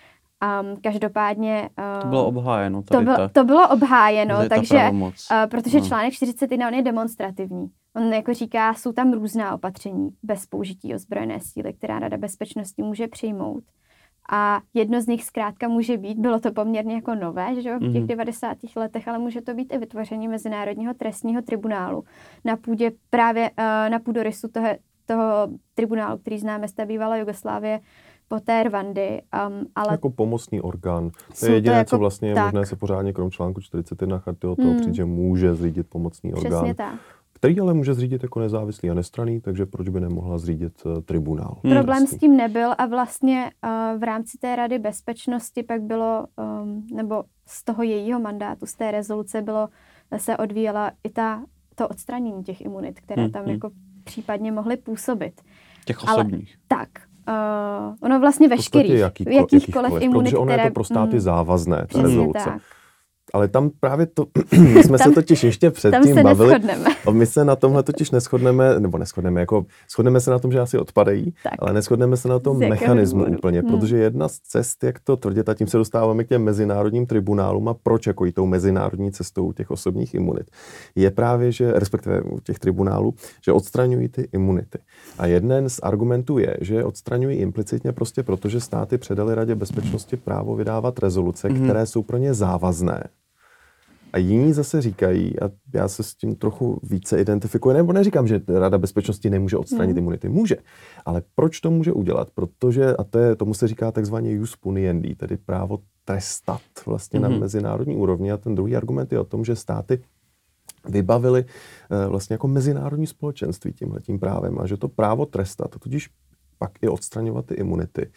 Každopádně... To bylo obhájeno. To bylo obhájeno, takže, protože článek 41 on je demonstrativní. On jako říká, jsou tam různá opatření bez použití ozbrojené síly, která Rada bezpečnosti může přijmout. A jedno z nich zkrátka může být, bylo to poměrně jako nové, že v těch 90. letech, ale může to být i vytvoření Mezinárodního trestního tribunálu na půdě právě na půdorysu toho tribunálu, který známe z té bývalé Jugoslávie, po té Rwandy. Ale jako pomocný orgán. To je jediné, co vlastně je možné se pořádně krom článku 41 charty o toho přijít, že může zřídit pomocný orgán. Přesně tak. Který ale může zřídit jako nezávislý a nestranný, takže proč by nemohla zřídit tribunál? Problém s tím nebyl a vlastně v rámci té Rady bezpečnosti pak bylo, nebo z toho jejího mandátu, z té rezoluce se odvíjela i to odstranění těch imunit, které tam jako případně mohly působit. Těch osobních. Ale, tak. Ono vlastně veškerých, jakýchkoliv imunit, protože ono je to pro státy závazné, ta rezoluce. Tak. Ale tam právě to, my jsme se totiž ještě předtím bavili. My se na tomhle totiž neshodneme, jako shodneme se na tom, že asi odpadají, ale neshodneme se na tom mechanismu úplně, protože jedna z cest, jak to tvrdit, a tím se dostáváme k těm mezinárodním tribunálům a proč jako i tou mezinárodní cestou těch osobních imunit, je právě, že, respektive těch tribunálů, že odstraňují ty imunity. A jeden z argumentů je, že odstraňují implicitně prostě proto, že státy předaly Radě bezpečnosti právo vydávat rezoluce, které jsou pro ně závazné. A jiní zase říkají, a já se s tím trochu více identifikuji, nebo neříkám, že Rada bezpečnosti nemůže odstranit imunity. Může. Ale proč to může udělat? Protože, a tomu se říká takzvaně jus puniendi, tedy právo trestat vlastně na mezinárodní úrovni. A ten druhý argument je o tom, že státy vybavili vlastně jako mezinárodní společenství tímhletím právem a že to právo trestat, a tudíž pak i odstraňovat ty imunity,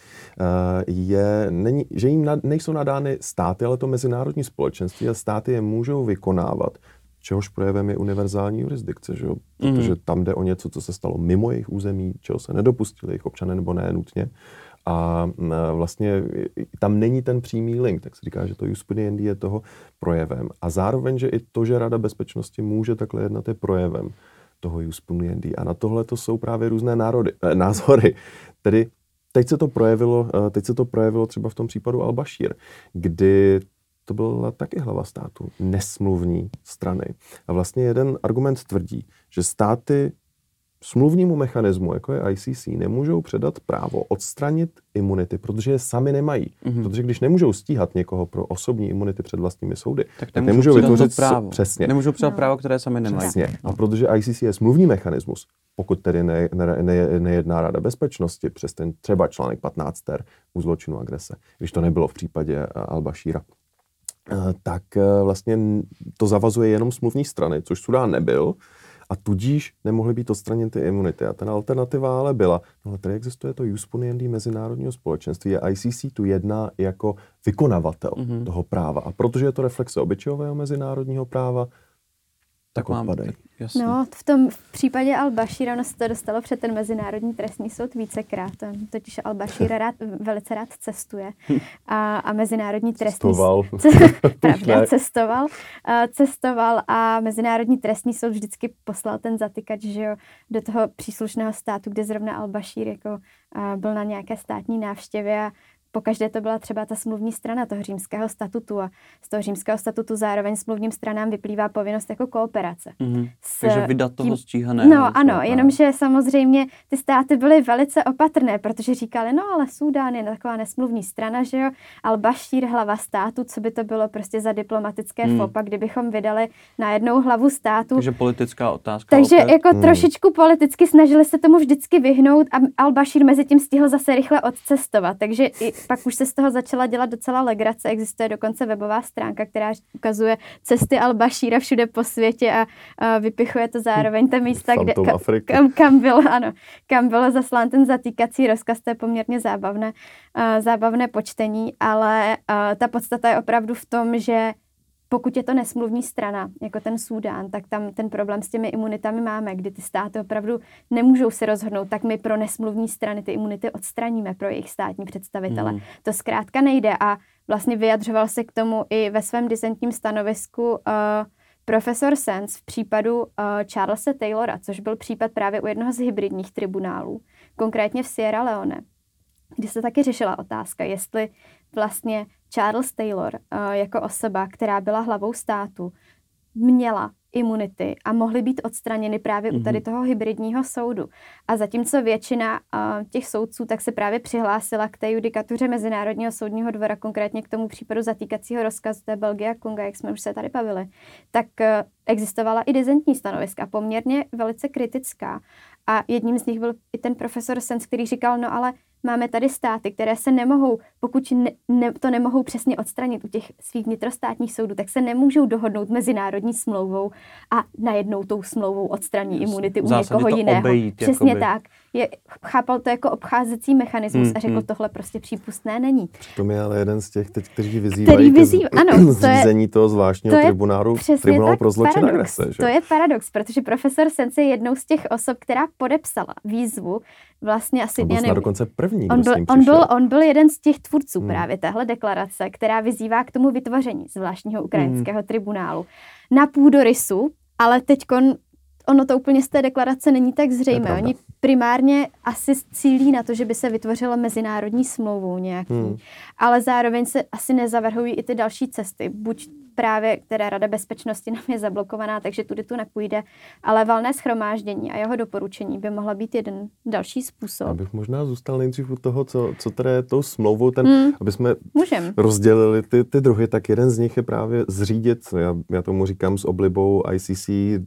že jim nejsou nadány státy, ale to mezinárodní společenství a státy je můžou vykonávat, čehož projevem je univerzální jurisdikce, že jo? Protože tam jde o něco, co se stalo mimo jejich území, čeho se nedopustili jejich občané nebo ne nutně. A vlastně tam není ten přímý link, tak se říká, že to jus puniendi je toho projevem. A zároveň, že i to, že Rada bezpečnosti může takhle jednat, je projevem toho jus puniendi. A na tohle to jsou právě různé názory. Tedy teď se to projevilo třeba v tom případu al-Bashir, kdy to byla taky hlava státu, nesmluvní strany. A vlastně jeden argument tvrdí, že státy smluvnímu mechanismu, jako je ICC, nemůžou předat právo odstranit imunity, protože je sami nemají. Protože když nemůžou stíhat někoho pro osobní imunity před vlastními soudy, tak nemůžou vytvořit právo. Přesně. Nemůžou předat právo, které sami nemají. Přesně. A protože ICC je smluvní mechanismus, pokud tedy nejedná Rada bezpečnosti přes ten třeba článek 15 u zločinu agrese, když to nebylo v případě al-Bashira, tak vlastně to zavazuje jenom smluvní strany, což Súdán nebyl, a tudíž nemohly být odstraněny ty imunity. A ten alternativa ale byla, no ale tady existuje to jus puniendi mezinárodního společenství a ICC tu jedná jako vykonavatel toho práva. A protože je to reflexe obyčejového mezinárodního práva, tak odpadají. No, v případě al-Bashira ono se to dostalo před ten Mezinárodní trestní soud vícekrát. Totiž al-Bashir velice rád cestuje. A Mezinárodní trestní cestoval a Mezinárodní trestní soud vždycky poslal ten zatykač, že jo, do toho příslušného státu, kde zrovna al-Bashir jako byl na nějaké státní návštěvě a pokaždé to byla třeba ta smluvní strana toho římského statutu a z toho římského statutu zároveň smluvním stranám vyplývá povinnost jako kooperace. Takže vydat toho stíhaného. No ano, jenomže samozřejmě ty státy byly velice opatrné, protože říkali, no ale Súdán je taková nesmluvní strana, že jo, al-Bashir hlava státu, co by to bylo prostě za diplomatické fopa, kdybychom vydali na jednou hlavu státu. Takže politická otázka. Takže jako trošičku politicky snažili se tomu vždycky vyhnout a al-Bashir mezi tím stihl zase rychle odcestovat, takže pak už se z toho začala dělat docela legrace. Existuje dokonce webová stránka, která ukazuje cesty al-Bashira všude po světě a vypichuje to zároveň ta místa, kde, kam byl zaslán ten zatýkací rozkaz. To je poměrně zábavné počtení, ale ta podstata je opravdu v tom, že pokud je to nesmluvní strana, jako ten Súdán, tak tam ten problém s těmi imunitami máme, kdy ty státy opravdu nemůžou se rozhodnout, tak my pro nesmluvní strany ty imunity odstraníme pro jejich státní představitele. To zkrátka nejde a vlastně vyjadřoval se k tomu i ve svém disentním stanovisku profesor Sands v případu Charlesa Taylora, což byl případ právě u jednoho z hybridních tribunálů, konkrétně v Sierra Leone, kdy se taky řešila otázka, jestli vlastně Charles Taylor jako osoba, která byla hlavou státu, měla imunity a mohly být odstraněny právě u tady toho hybridního soudu. A zatímco většina těch soudců tak se právě přihlásila k té judikatuře Mezinárodního soudního dvora, konkrétně k tomu případu zatýkacího rozkazu té Belgie a Konga, jak jsme už se tady bavili, tak existovala i disentní stanoviska, poměrně velice kritická. A jedním z nich byl i ten profesor Sands, který říkal, no ale máme tady státy, které se nemohou, pokud to nemohou přesně odstranit u těch svých vnitrostátních soudů, tak se nemůžou dohodnout mezinárodní smlouvou a najednou tou smlouvou odstraní imunity u někoho jiného. Obejít, přesně tak. Chápal to jako obcházecí mechanismus a řekl, tohle prostě přípustné není. To je ale jeden z těch, kteří vyzývají k zřízení toho zvláštního tribunálu pro zločin agrese. To je paradox, protože profesor Sands je jednou z těch osob, která podepsala výzvu vlastně asi... On byl dokonce první, on byl jeden z těch tvůrců právě téhle deklarace, která vyzývá k tomu vytvoření zvláštního ukrajinského tribunálu na půdorysu, ale teďkon ono to úplně z té deklarace není tak zřejmé. Oni primárně asi cílí na to, že by se vytvořila mezinárodní smlouvou nějaký, ale zároveň se asi nezavrhují i ty další cesty. Buď právě, která Rada bezpečnosti nám je zablokovaná, takže tudy tu nepůjde, ale valné shromáždění a jeho doporučení by mohla být jeden další způsob. Abych možná zůstal nejdřív u toho, co teda je tou smlouvou, aby jsme rozdělili ty druhy, tak jeden z nich je právě zřídit, já tomu říkám s oblibou ICC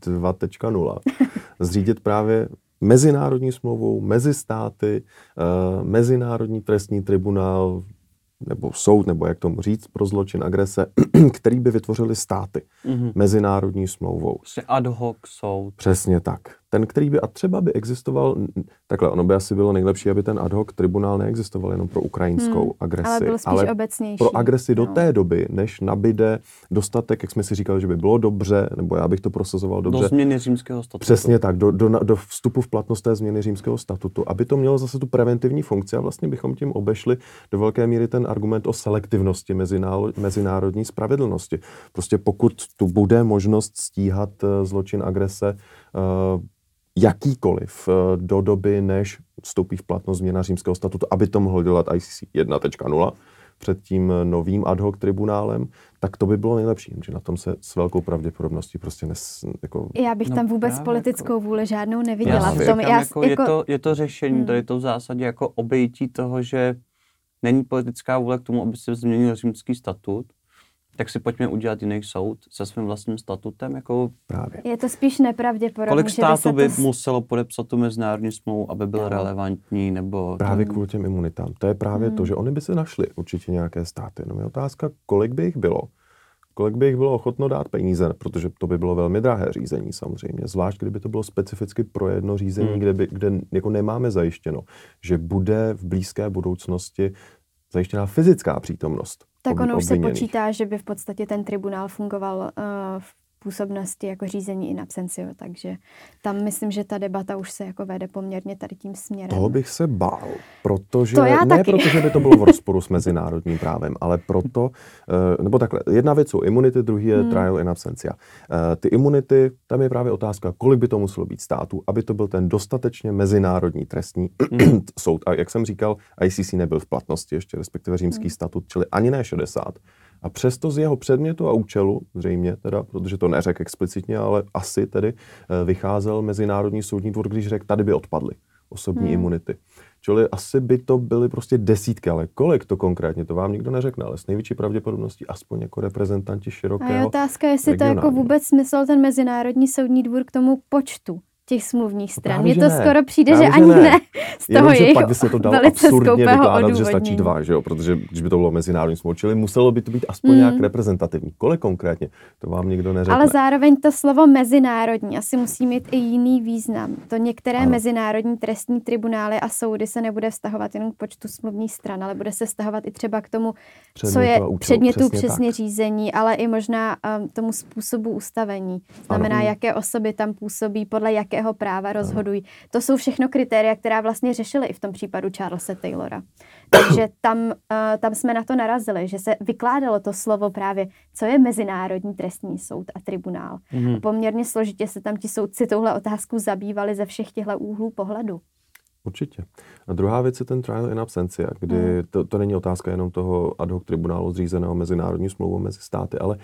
2.0, zřídit právě mezinárodní smlouvou, mezi státy, mezinárodní trestní tribunál, nebo soud, nebo jak tomu říct, pro zločin agrese, který by vytvořili státy mezinárodní smlouvou. Ad hoc soud. Přesně tak. Ten, který by, a třeba by existoval, takhle, ono by asi bylo nejlepší, aby ten ad hoc tribunál neexistoval jenom pro ukrajinskou agresi, ale byl spíš obecnější. Pro agresi do té doby, než nabyde dostatek, jak jsme si říkali, že by bylo dobře, nebo já bych to prosazoval dobře. Do změny římského statutu. Přesně tak, do vstupu v platnost té změny římského statutu, aby to mělo zase tu preventivní funkci a vlastně bychom tím obešli do velké míry ten argument o selektivnosti mezinárodní spravedlnosti. Prostě pokud tu bude možnost stíhat zločin agrese jakýkoliv do doby, než vstoupí v platnost změna římského statutu, aby to mohlo dělat ICC 1.0 před tím novým ad hoc tribunálem, tak to by bylo nejlepší, že na tom se s velkou pravděpodobností prostě Já bych tam vůbec politickou vůli žádnou neviděla. V tom, je to řešení, tady to v zásadě jako obejití toho, že není politická vůle k tomu, aby se změnil římský statut, tak si pojďme udělat jiný soud se svým vlastním statutem. Jako právě. Je to spíš nepravděpodobné. Kolik států by muselo podepsat tu mezinárodní smlouvu, aby byl relevantní, nebo... Právě kvůli těm imunitám. To je právě to, že oni by se našli určitě nějaké státy. No je otázka, kolik by jich bylo. Kolik by jich bylo ochotno dát peníze, protože to by bylo velmi drahé řízení samozřejmě. Zvlášť, kdyby to bylo specificky pro jedno řízení, kde jako nemáme zajištěno, že bude v blízké budoucnosti zajištěná fyzická přítomnost. Tak ono už se počítá, že by v podstatě ten tribunál fungoval v působnosti jako řízení in absencio, takže tam myslím, že ta debata už se jako vede poměrně tady tím směrem. Toho bych se bál, protože protože by to bylo v rozporu s mezinárodním právem, ale proto, nebo takhle, jedna věc jsou imunity, druhý je trial in absentia. Ty imunity, tam je právě otázka, kolik by to muselo být států, aby to byl ten dostatečně mezinárodní trestní soud. A jak jsem říkal, ICC nebyl v platnosti ještě, respektive římský statut, čili ani ne 60. A přesto z jeho předmětu a účelu, zřejmě teda, protože to neřekl explicitně, ale asi tedy vycházel Mezinárodní soudní dvůr, když řekl, tady by odpadly osobní imunity. Čili asi by to byly prostě desítky, ale kolik to konkrétně, to vám nikdo neřekne, ale s největší pravděpodobností aspoň jako reprezentanti širokého. A je otázka, jestli to jako vůbec smysl ten Mezinárodní soudní dvůr k tomu počtu těch smluvních stran. Mně to skoro přijde, že ani ne. Z toho jejich pak by se to dalo absurdně vykládat, že stačí 2, že jo? Protože když by to bylo mezinárodní smlouva, čili muselo by to být aspoň nějak reprezentativní. Kolik konkrétně, to vám nikdo neřekne. Ale zároveň to slovo mezinárodní asi musí mít i jiný význam. To některé mezinárodní trestní tribunály a soudy se nebude vztahovat jenom k počtu smluvních stran, ale bude se vztahovat i třeba k tomu, co je předmětu přesně řízení, ale i možná tomu způsobu ustavení. Znamená, jaké osoby tam působí, podle jakého práva rozhodují. To jsou všechno kritéria, která vlastně řešili i v tom případu Charlese Taylora. Takže tam jsme na to narazili, že se vykládalo to slovo právě, co je Mezinárodní trestní soud a tribunál. A poměrně složitě se tam ti soudci touhle otázkou zabývali ze všech těchto úhlů pohledu. Určitě. A druhá věc je ten trial in absentia, kdy to není otázka jenom toho ad hoc tribunálu zřízeného mezinárodní smlouvou mezi státy, ale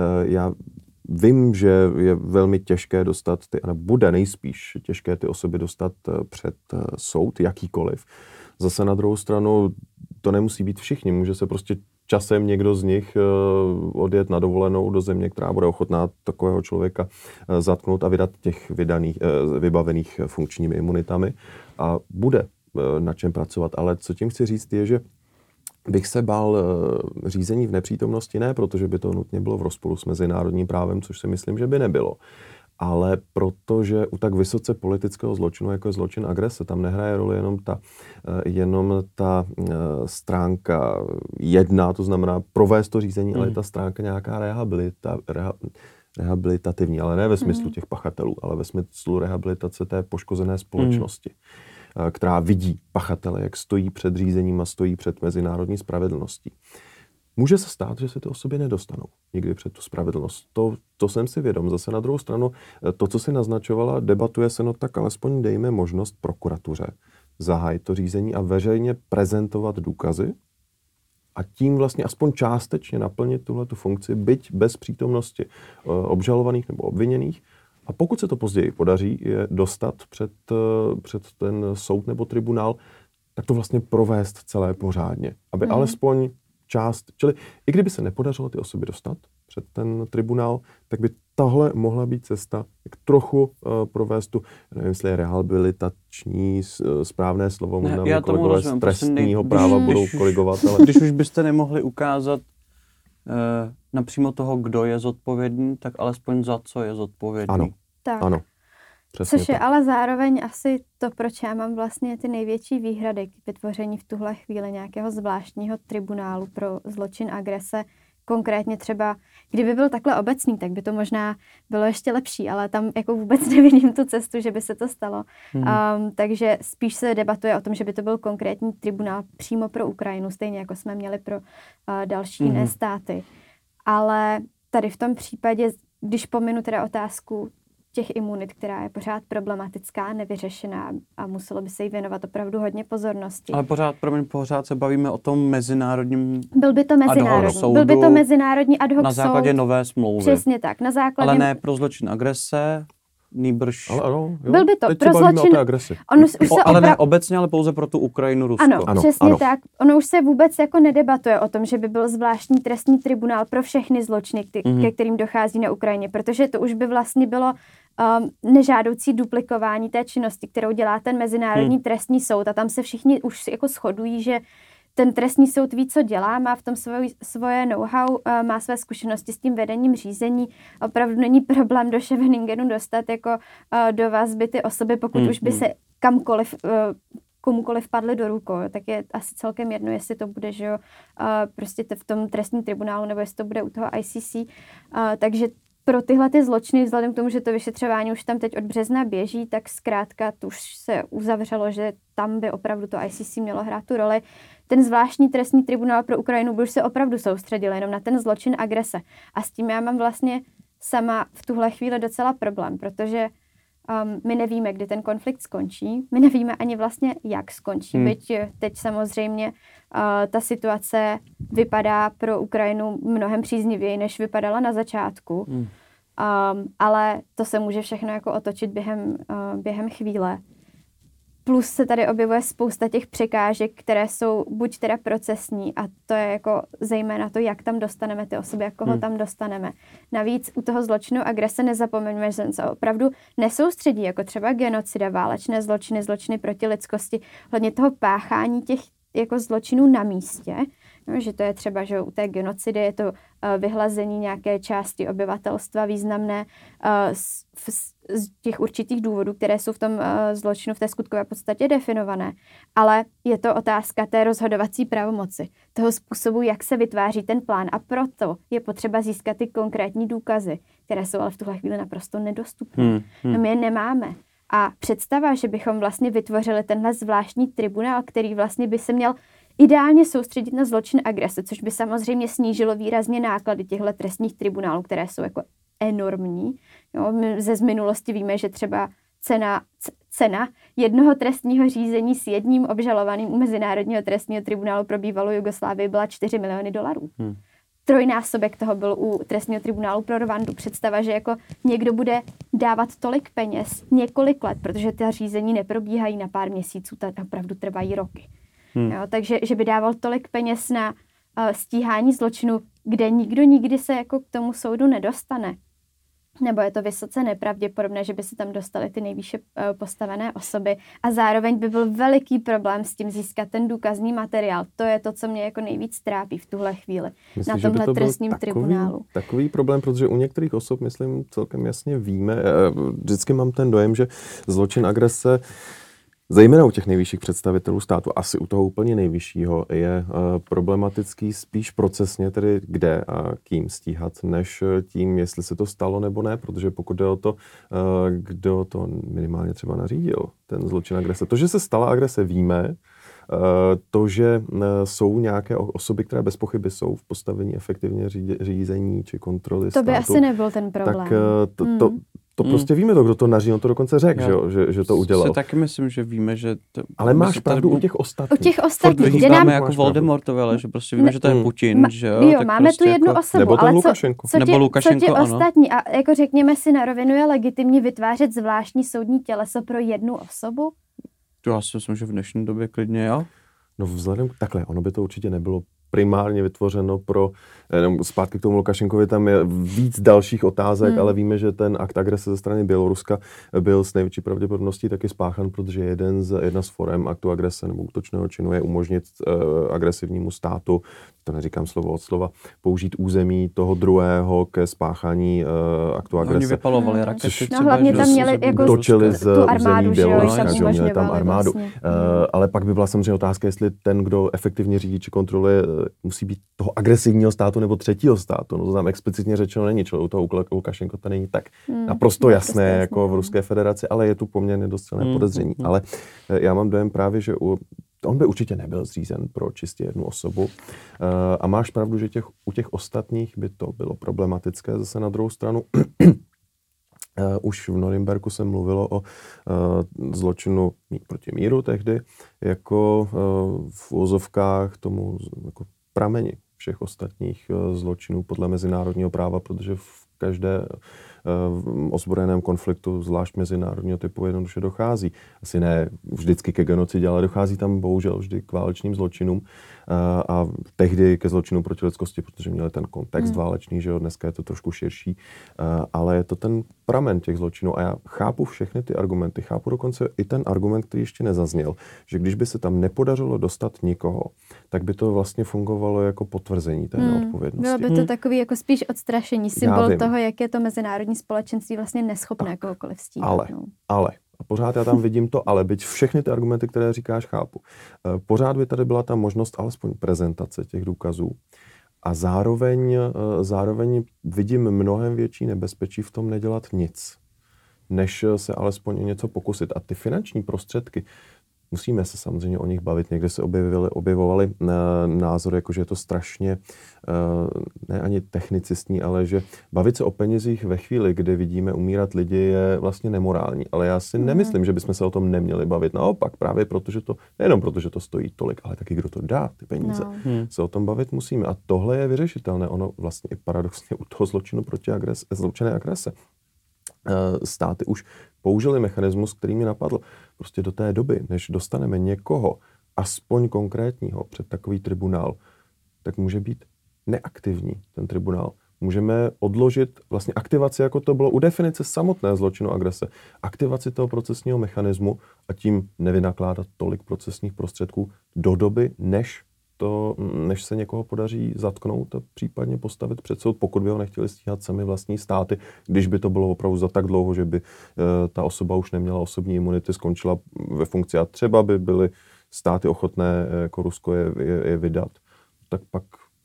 já vím, že je velmi těžké dostat bude nejspíš těžké ty osoby dostat před soud, jakýkoliv. Zase na druhou stranu to nemusí být všichni, může se prostě časem někdo z nich odjet na dovolenou do země, která bude ochotná takového člověka zatknout a vydat těch vybavených funkčními imunitami a bude na čem pracovat. Ale co tím chci říct je, že bych se bál řízení v nepřítomnosti, ne protože by to nutně bylo v rozporu s mezinárodním právem, což si myslím, že by nebylo. Ale protože u tak vysoce politického zločinu, jako je zločin agrese, tam nehraje roli jenom ta stránka jedna, to znamená provést to řízení, ale ta stránka nějaká rehabilitativní, ale ne ve smyslu těch pachatelů, ale ve smyslu rehabilitace té poškozené společnosti, která vidí pachatele, jak stojí před řízením a stojí před mezinárodní spravedlností. Může se stát, že se ty osoby nedostanou nikdy před tu spravedlnost. To jsem si vědom. Zase na druhou stranu, to, co si naznačovala, debatuje se, no tak alespoň dejme možnost prokuratuře zahájit to řízení a veřejně prezentovat důkazy a tím vlastně aspoň částečně naplnit tuhletu funkci, byť bez přítomnosti obžalovaných nebo obviněných. A pokud se to později podaří je dostat před ten soud nebo tribunál, tak to vlastně provést celé pořádně. Aby alespoň část, čili i kdyby se nepodařilo ty osoby dostat před ten tribunál, tak by tahle mohla být cesta, jak trochu provést tu, nevím, jestli je rehabilitační správné slovo, možná mě kolegové z trestního práva budou korigovat. Ale... Když už byste nemohli ukázat napřímo toho, kdo je zodpovědný, tak alespoň za co je zodpovědný. Ano, tak. ano. Přesně Což je tak. ale zároveň asi to, proč já mám vlastně ty největší výhrady k vytvoření v tuhle chvíli nějakého zvláštního tribunálu pro zločin agrese. Konkrétně třeba, kdyby byl takhle obecný, tak by to možná bylo ještě lepší, ale tam jako vůbec nevidím tu cestu, že by se to stalo. Takže spíš se debatuje o tom, že by to byl konkrétní tribunál přímo pro Ukrajinu, stejně jako jsme měli pro další jiné státy. Ale tady v tom případě, když pominu teda otázku těch imunit, která je pořád problematická, nevyřešená a muselo by se jí věnovat opravdu hodně pozornosti. Ale pořád se bavíme o tom mezinárodním Byl by to mezinárodní. soudu Byl by to mezinárodní ad hoc na základě soud. nové smlouvy. Přesně tak. Na základě... Ale ne pro zločin agrese, nýbrž... Ale ano, jo. Byl by to Teď pro se bavíme zločin... o té agresi. Ale ne obecně, ale pouze pro tu Ukrajinu, Rusko. Ano, přesně tak. Ono už se vůbec jako nedebatuje o tom, že by byl zvláštní trestní tribunál pro všechny zločiny, ke kterým dochází na Ukrajině, protože to už by vlastně bylo nežádoucí duplikování té činnosti, kterou dělá ten Mezinárodní trestní soud, a tam se všichni už jako shodují, že ten trestní soud ví, co dělá, má v tom svoje know-how, má své zkušenosti s tím vedením řízení. Opravdu není problém do Scheveningenu dostat jako do vazby ty osoby, pokud už by se komukoliv padly do rukou, tak je asi celkem jedno, jestli to bude, že jo, prostě v tom trestním tribunálu, nebo jestli to bude u toho ICC. Takže pro tyhle ty zločiny, vzhledem k tomu, že to vyšetřování už tam teď od března běží, tak zkrátka to už se uzavřelo, že tam by opravdu to ICC mělo hrát tu roli. Ten zvláštní trestní tribunál pro Ukrajinu by už se opravdu soustředil jenom na ten zločin agrese. A s tím já mám vlastně sama v tuhle chvíli docela problém, protože my nevíme, kdy ten konflikt skončí, my nevíme ani vlastně, jak skončí. Byť teď samozřejmě ta situace vypadá pro Ukrajinu mnohem příznivěji, než vypadala na začátku. Ale to se může všechno jako otočit během chvíle. Plus se tady objevuje spousta těch překážek, které jsou buď teda procesní, a to je jako zejména to, jak tam dostaneme ty osoby, jak koho tam dostaneme. Navíc u toho zločinu agrese nezapomeňme, že se opravdu nesoustředí, jako třeba genocida, válečné zločiny, zločiny proti lidskosti, hledně toho páchání těch jako zločinů na místě, no, že to je třeba, že u té genocidy je to vyhlazení nějaké části obyvatelstva významné z těch určitých důvodů, které jsou v tom zločinu, v té skutkové podstatě definované. Ale je to otázka té rozhodovací pravomoci, toho způsobu, jak se vytváří ten plán, a proto je potřeba získat ty konkrétní důkazy, které jsou ale v tuhle chvíli naprosto nedostupné. No, my je nemáme. A představa, že bychom vlastně vytvořili tenhle zvláštní tribunál, který vlastně by se měl ideálně soustředit na zločin agrese, což by samozřejmě snížilo výrazně náklady těchto trestních tribunálů, které jsou jako enormní. Jo, my z minulosti víme, že třeba cena jednoho trestního řízení s jedním obžalovaným u Mezinárodního trestního tribunálu pro bývalou Jugoslávii byla $4 miliony. Trojnásobek toho byl u trestního tribunálu pro Rwandu. Představa, že jako někdo bude dávat tolik peněz několik let, protože ta řízení neprobíhají na pár měsíců, ta opravdu trvají roky. Jo, takže že by dával tolik peněz na stíhání zločinu, kde nikdo nikdy se jako k tomu soudu nedostane. Nebo je to vysoce nepravděpodobné, že by se tam dostaly ty nejvýše postavené osoby, a zároveň by byl veliký problém s tím získat ten důkazní materiál. To je to, co mě jako nejvíc trápí v tuhle chvíli. Myslím, na tomhle trestním tribunálu. Takový problém, protože u některých osob, myslím, celkem jasně víme, vždycky mám ten dojem, že zločin agrese, zejména u těch nejvyšších představitelů státu, asi u toho úplně nejvyššího, je problematický spíš procesně, tedy kde a kým stíhat, než tím, jestli se to stalo nebo ne, protože pokud jde o to, kdo to minimálně třeba nařídil, ten zločin agrese. To, že se stala agrese, víme. To, že jsou nějaké osoby, které bez pochyby jsou v postavení efektivně řízení či kontroly státu. To by asi nebyl ten problém. Tak to prostě víme, kdo to nařídil, on to dokonce řekl, že to udělal. Si taky myslím, že víme, že... Ale máš pravdu u těch ostatních. U těch ostatních. Vyhýbáme jako Voldemortovi, ale že prostě víme, že to je Putin, že jo? Jo, máme prostě tu jednu jako, osobu, nebo ale Lukašenko. Co ti ostatní? A jako řekněme si na rovinu, je legitimní vytvářet zvláštní soudní těleso pro jednu osobu? Já si myslím, že v dnešní době klidně jo. No vzhledem k takhle, ono by to určitě nebylo primárně vytvořeno pro, zpátky k tomu Lukašenkovi, tam je víc dalších otázek, ale víme, že ten akt agrese ze strany Běloruska byl s největší pravděpodobností taky spáchan, protože jedna z forem aktu agrese nebo útočného činu je umožnit agresivnímu státu, to neříkám slovo od slova, použít území toho druhého ke spáchání aktu agrese. Oni vypalovali rakety. No hlavně tam měli jako točili z tu armádu, území že jo, Běloruska, že měli tam armádu. Vlastně. Ale pak by byla samozřejmě otázka, jestli ten, kdo efektivně řídí či kontroluje, musí být toho agresivního státu nebo třetího státu. No to tam explicitně řečeno není, čili u toho Lukašenko to není tak naprosto jasné jako v Ruské federaci, ale je tu poměrně dost silné podezření. Ale já mám dojem právě, že on by určitě nebyl zřízen pro čistě jednu osobu. A máš pravdu, že u těch ostatních by to bylo problematické. Zase na druhou stranu, už v Norimberku se mluvilo o zločinu proti míru tehdy, jako v uvozovkách tomu jako prameni všech ostatních zločinů podle mezinárodního práva, protože v každé ozbrojeném konfliktu, zvlášť mezinárodního typu, jednoduše dochází. Asi ne vždycky ke genocidě, ale dochází tam bohužel vždy k válečným zločinům a tehdy ke zločinům proti lidskosti, protože měli ten kontext válečný, že jo, dneska je to trošku širší, ale je to ten pramen těch zločinů a já chápu všechny ty argumenty, chápu dokonce i ten argument, který ještě nezazněl, že když by se tam nepodařilo dostat nikoho, tak by to vlastně fungovalo jako potvrzení té neodpovědnosti. Bylo by to takový jako spíš odstrašení, symbol toho, jak je to mezinárodní společenství vlastně neschopné kohokoliv stíhat. Ale. A pořád já tam vidím to, ale byť všechny ty argumenty, které říkáš, chápu. Pořád by tady byla ta možnost alespoň prezentace těch důkazů. A zároveň vidím mnohem větší nebezpečí v tom nedělat nic, než se alespoň něco pokusit. A ty finanční prostředky, musíme se samozřejmě o nich bavit. Někde se objevovaly názory, jako že je to strašně, ne ani technicistní, ale že bavit se o penězích ve chvíli, kdy vidíme umírat lidi, je vlastně nemorální. Ale já si nemyslím, že bychom se o tom neměli bavit. Naopak, právě protože to, nejenom protože to stojí tolik, ale taky kdo to dá, ty peníze. Se o tom bavit musíme. A tohle je vyřešitelné. Ono vlastně i paradoxně u toho zločinu proti zločinné agrese. Státy už použili mechanismus, který mi napadl. Prostě do té doby, než dostaneme někoho, aspoň konkrétního, před takový tribunál, tak může být neaktivní ten tribunál. Můžeme odložit vlastně aktivaci, jako to bylo u definice samotné zločinu agrese, aktivaci toho procesního mechanismu a tím nevynakládat tolik procesních prostředků do doby, než se někoho podaří zatknout a případně postavit před soud, pokud by ho nechtěli stíhat sami vlastní státy, když by to bylo opravdu za tak dlouho, že by ta osoba už neměla osobní imunity, skončila ve funkci a třeba by byly státy ochotné jako Rusko je vydat, tak pak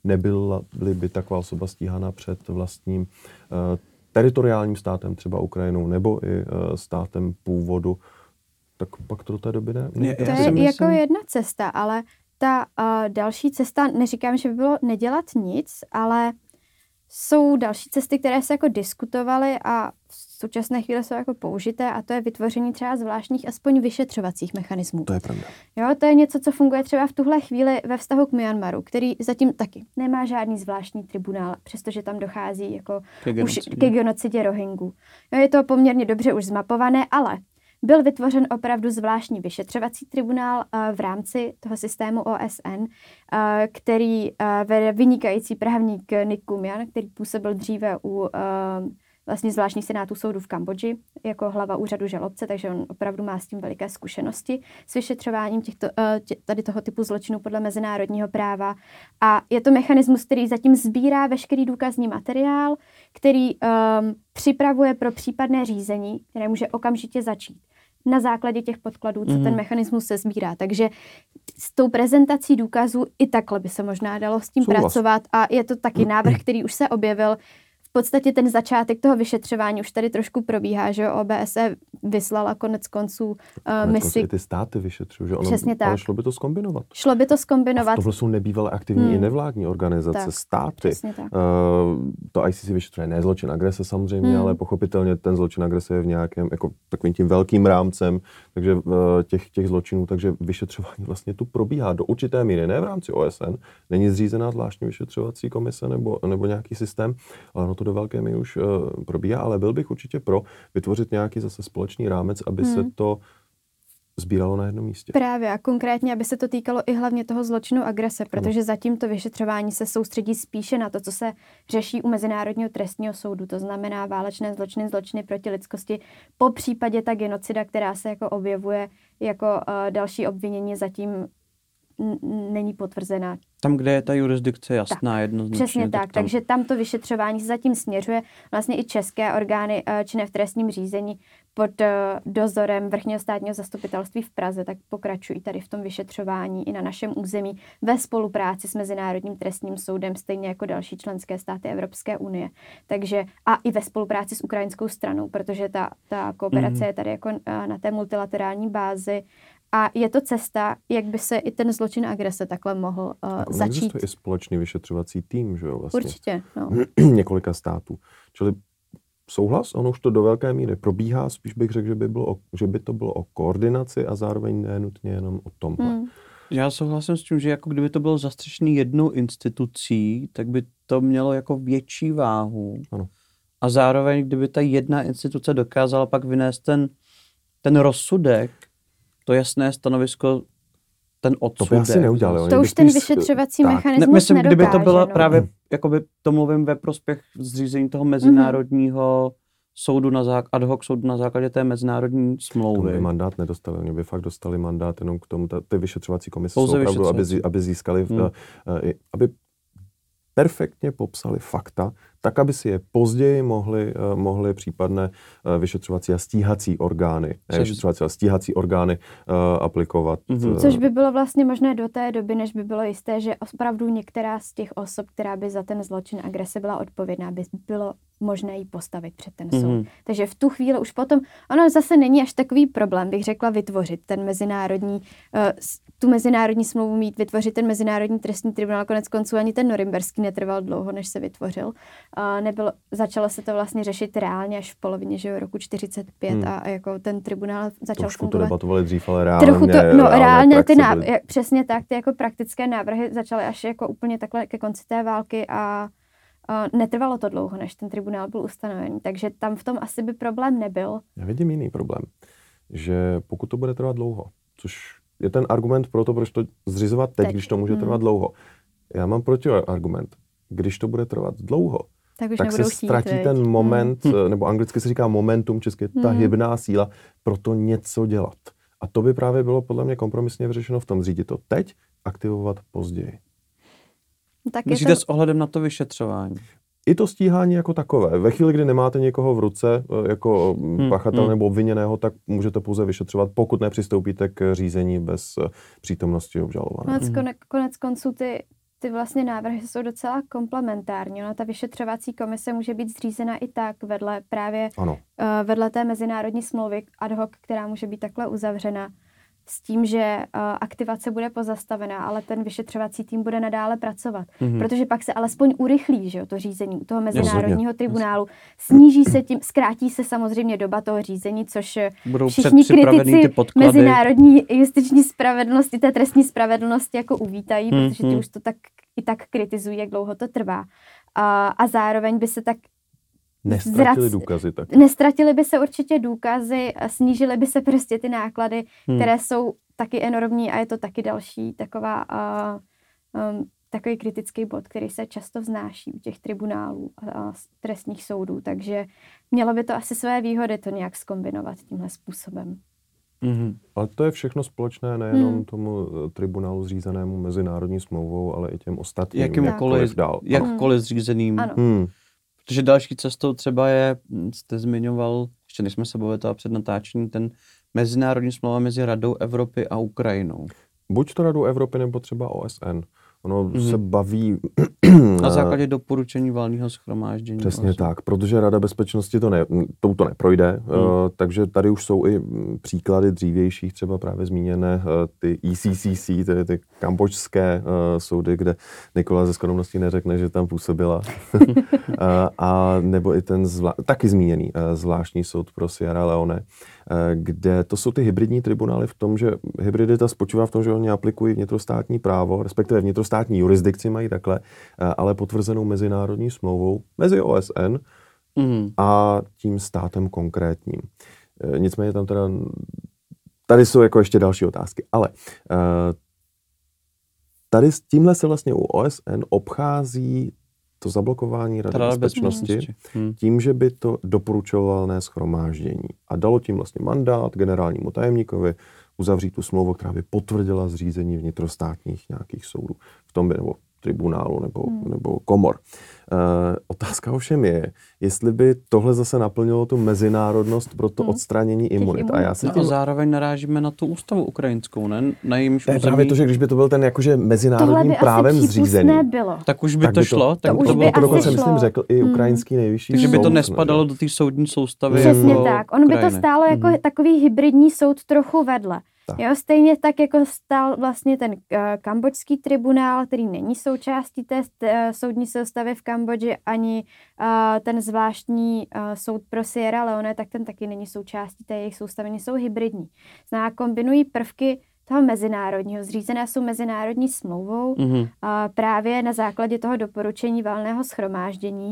by taková osoba stíhána před vlastním teritoriálním státem, třeba Ukrajinou, nebo i státem původu, tak pak to do té doby ne. To je jako jedna cesta, ale ta další cesta, neříkám, že by bylo nedělat nic, ale jsou další cesty, které se jako diskutovaly a v současné chvíli jsou jako použité a to je vytvoření třeba zvláštních aspoň vyšetřovacích mechanismů. To je pravda. Jo, to je něco, co funguje třeba v tuhle chvíli ve vztahu k Myanmaru, který zatím taky nemá žádný zvláštní tribunál, přestože tam dochází jako ke genocidě Rohingů. Jo, je to poměrně dobře už zmapované, ale byl vytvořen opravdu zvláštní vyšetřovací tribunál v rámci toho systému OSN, který vede vynikající právník Nick Kumian, který působil dříve u vlastně zvláštních senátů soudu v Kambodži jako hlava úřadu žalobce, takže on opravdu má s tím veliké zkušenosti s vyšetřováním tady toho typu zločinů podle mezinárodního práva. A je to mechanismus, který zatím sbírá veškerý důkazní materiál, který připravuje pro případné řízení, které může okamžitě začít na základě těch podkladů, co ten mechanismus se sbírá. Takže s tou prezentací důkazů i takhle by se možná dalo s tím pracovat a je to taky návrh, který už se objevil. V podstatě ten začátek toho vyšetřování už tady trošku probíhá, že OBSE vyslala konec konců misi. I ty státy vyšetřují, že ono, přesně tak. Ale šlo by to zkombinovat. Šlo by to zkombinovat. A tohle jsou nebývalé aktivní i nevládní organizace, tak, státy. Tak. To ICC vyšetřuje ne zločin agrese samozřejmě, ale pochopitelně ten zločin agrese je v nějakém jako takovým tím velkým rámcem, takže těch zločinů, takže vyšetřování vlastně tu probíhá do určité míry, ne v rámci OSN, není zřízená zvláštní vyšetřovací komise nebo nějaký systém, ale ono to do velké míry už probíhá, ale byl bych určitě pro vytvořit nějaký zase společný rámec, aby se to sbíralo na jednom místě. Právě a konkrétně, aby se to týkalo i hlavně toho zločinu agrese, protože zatím to vyšetřování se soustředí spíše na to, co se řeší u Mezinárodního trestního soudu, to znamená válečné zločiny, zločiny proti lidskosti, po případě ta genocida, která se jako objevuje jako další obvinění, zatím není potvrzená. Tam, kde je ta jurisdikce jasná, jednoznačně. Přesně tak, takže tam to vyšetřování se zatím směřuje. Vlastně i české orgány činné v trestním řízení pod dozorem Vrchního státního zastupitelství v Praze tak pokračují tady v tom vyšetřování i na našem území ve spolupráci s Mezinárodním trestním soudem, stejně jako další členské státy Evropské unie. Takže a i ve spolupráci s ukrajinskou stranou, protože ta kooperace je tady jako na té multilaterální bázi. A je to cesta, jak by se i ten zločin agrese takhle mohl začít. Existuje i společný vyšetřovací tým, že jo, vlastně. Určitě, no. Několika států. Čili souhlas, ono už to do velké míry probíhá, spíš bych řekl, že by to bylo o koordinaci a zároveň nenutně jenom o tomhle. Já souhlasím s tím, že jako kdyby to bylo zastřešený jednou institucí, tak by to mělo jako větší váhu. Ano. A zároveň, kdyby ta jedna instituce dokázala pak vynést ten rozsudek, to jasné stanovisko, ten odsudek. To by asi neudělali. To už ten vyšetřovací mechanismus myslím, nedokáže. Kdyby to byla no. právě, jakoby to mluvím ve prospěch zřízení toho mezinárodního soudu ad hoc soudu na základě té mezinárodní smlouvy. By mandát nedostali, oni by fakt dostali mandát jenom k tomu, ty vyšetřovací komise pouze jsou opravdu, aby získali, aby perfektně popsali fakta, tak, aby si je později mohli případné vyšetřovací a stíhací orgány aplikovat. Což by bylo vlastně možné do té doby, než by bylo jisté, že opravdu některá z těch osob, která by za ten zločin agrese byla odpovědná, by bylo možné ji postavit před ten soud. Takže v tu chvíli už potom, ono zase není až takový problém, bych řekla, vytvořit ten mezinárodní, tu mezinárodní smlouvu mít, vytvořit ten mezinárodní trestní tribunál, konec konců ani ten norimberský netrval dlouho, než se vytvořil. Začalo se to vlastně řešit reálně až v polovině roku 1945 a jako ten tribunál začal fungovat. To debatovali dřív, ale reálně. Přesně tak, ty jako praktické návrhy začaly až jako úplně takhle ke konci té války a netrvalo to dlouho, než ten tribunál byl ustanovený, takže tam v tom asi by problém nebyl. Já vidím jiný problém, že pokud to bude trvat dlouho, což je ten argument pro to, proč to zřizovat teď, když to může trvat dlouho. Já mám protiargument. Když to bude trvat dlouho, tak se ztratí ten moment, nebo anglicky se říká momentum, česky ta hybná síla, pro to něco dělat. A to by právě bylo podle mě kompromisně vyřešeno v tom zřídit to teď, aktivovat později. Myslíte s ohledem na to vyšetřování? I to stíhání jako takové. Ve chvíli, kdy nemáte někoho v ruce jako pachatel nebo obviněného, tak můžete pouze vyšetřovat, pokud nepřistoupíte k řízení bez přítomnosti obžalovaného. Konec konců ty vlastně návrhy jsou docela komplementární. Ta vyšetřovací komise může být zřízena i tak vedle té mezinárodní smlouvy ad hoc, která může být takhle uzavřena, s tím, že aktivace bude pozastavená, ale ten vyšetřovací tým bude nadále pracovat. Protože pak se alespoň urychlí, že jo, to řízení u toho mezinárodního tribunálu. Zkrátí se samozřejmě doba toho řízení, což budou všichni kritici mezinárodní justiční spravedlnosti, té trestní spravedlnosti jako uvítají, protože ty už to tak kritizují, jak dlouho to trvá. A zároveň by se tak Nestratily by se určitě důkazy, snížily by se prostě ty náklady, které jsou taky enormní a je to taky další takový kritický bod, který se často vznáší u těch tribunálů a trestních soudů, takže mělo by to asi své výhody to nějak zkombinovat tímhle způsobem. Ale to je všechno společné nejenom tomu tribunálu zřízenému mezinárodní smlouvou, ale i těm ostatním. Jakkoliv zřízeným. Protože další cestou třeba je, jste zmiňoval, ještě než jsme se bavili před natáčením, ten mezinárodní smlouva mezi Radou Evropy a Ukrajinou. Buď to Radou Evropy, nebo třeba OSN. Ono se baví... Na základě doporučení valného shromáždění. Přesně tak, protože Rada bezpečnosti to neprojde, takže tady už jsou i příklady dřívějších, třeba právě zmíněné ty ECCC, tedy ty kambodžské soudy, kde Nikola ze skromností neřekne, že tam působila. A nebo i ten taky zmíněný zvláštní soud pro Sierra Leone, kde to jsou ty hybridní tribunály v tom, že hybridita spočívá v tom, že oni aplikují vnitrostátní právo, respektive vnitrostátní jurisdikci mají takhle, ale potvrzenou mezinárodní smlouvou mezi OSN a tím státem konkrétním. Nicméně tam teda tady jsou jako ještě další otázky, ale tady s tímhle se vlastně u OSN obchází to zablokování Rady bezpečnosti tím, že by to doporučovalo valné shromáždění a dalo tím vlastně mandát generálnímu tajemníkovi uzavřít tu smlouvu, která by potvrdila zřízení vnitrostátních nějakých soudů v tom nebo tribunálu nebo komor. Otázka ovšem je, jestli by tohle zase naplnilo tu mezinárodnost pro to odstranění imunit. A zároveň narážíme na tu ústavu ukrajinskou, ne? Na jejímž území. Právě to, že když by to byl ten jakože mezinárodním právem zřízený, tak už by to šlo. To dokonce myslím řekl i ukrajinský nejvyšší soud. Takže by to nespadalo do té soudní soustavy. Přesně tak. On by to stálo jako takový hybridní soud trochu vedle. Jo, stejně tak, jako stál vlastně ten kambodžský tribunál, který není součástí té soudní soustavy v Kambodži, ani ten zvláštní soud pro Sierra Leone, tak ten taky není součástí té jejich soustavy, jsou hybridní. Znamená, kombinují prvky toho mezinárodního, zřízené jsou mezinárodní smlouvou, právě na základě toho doporučení valného shromáždění.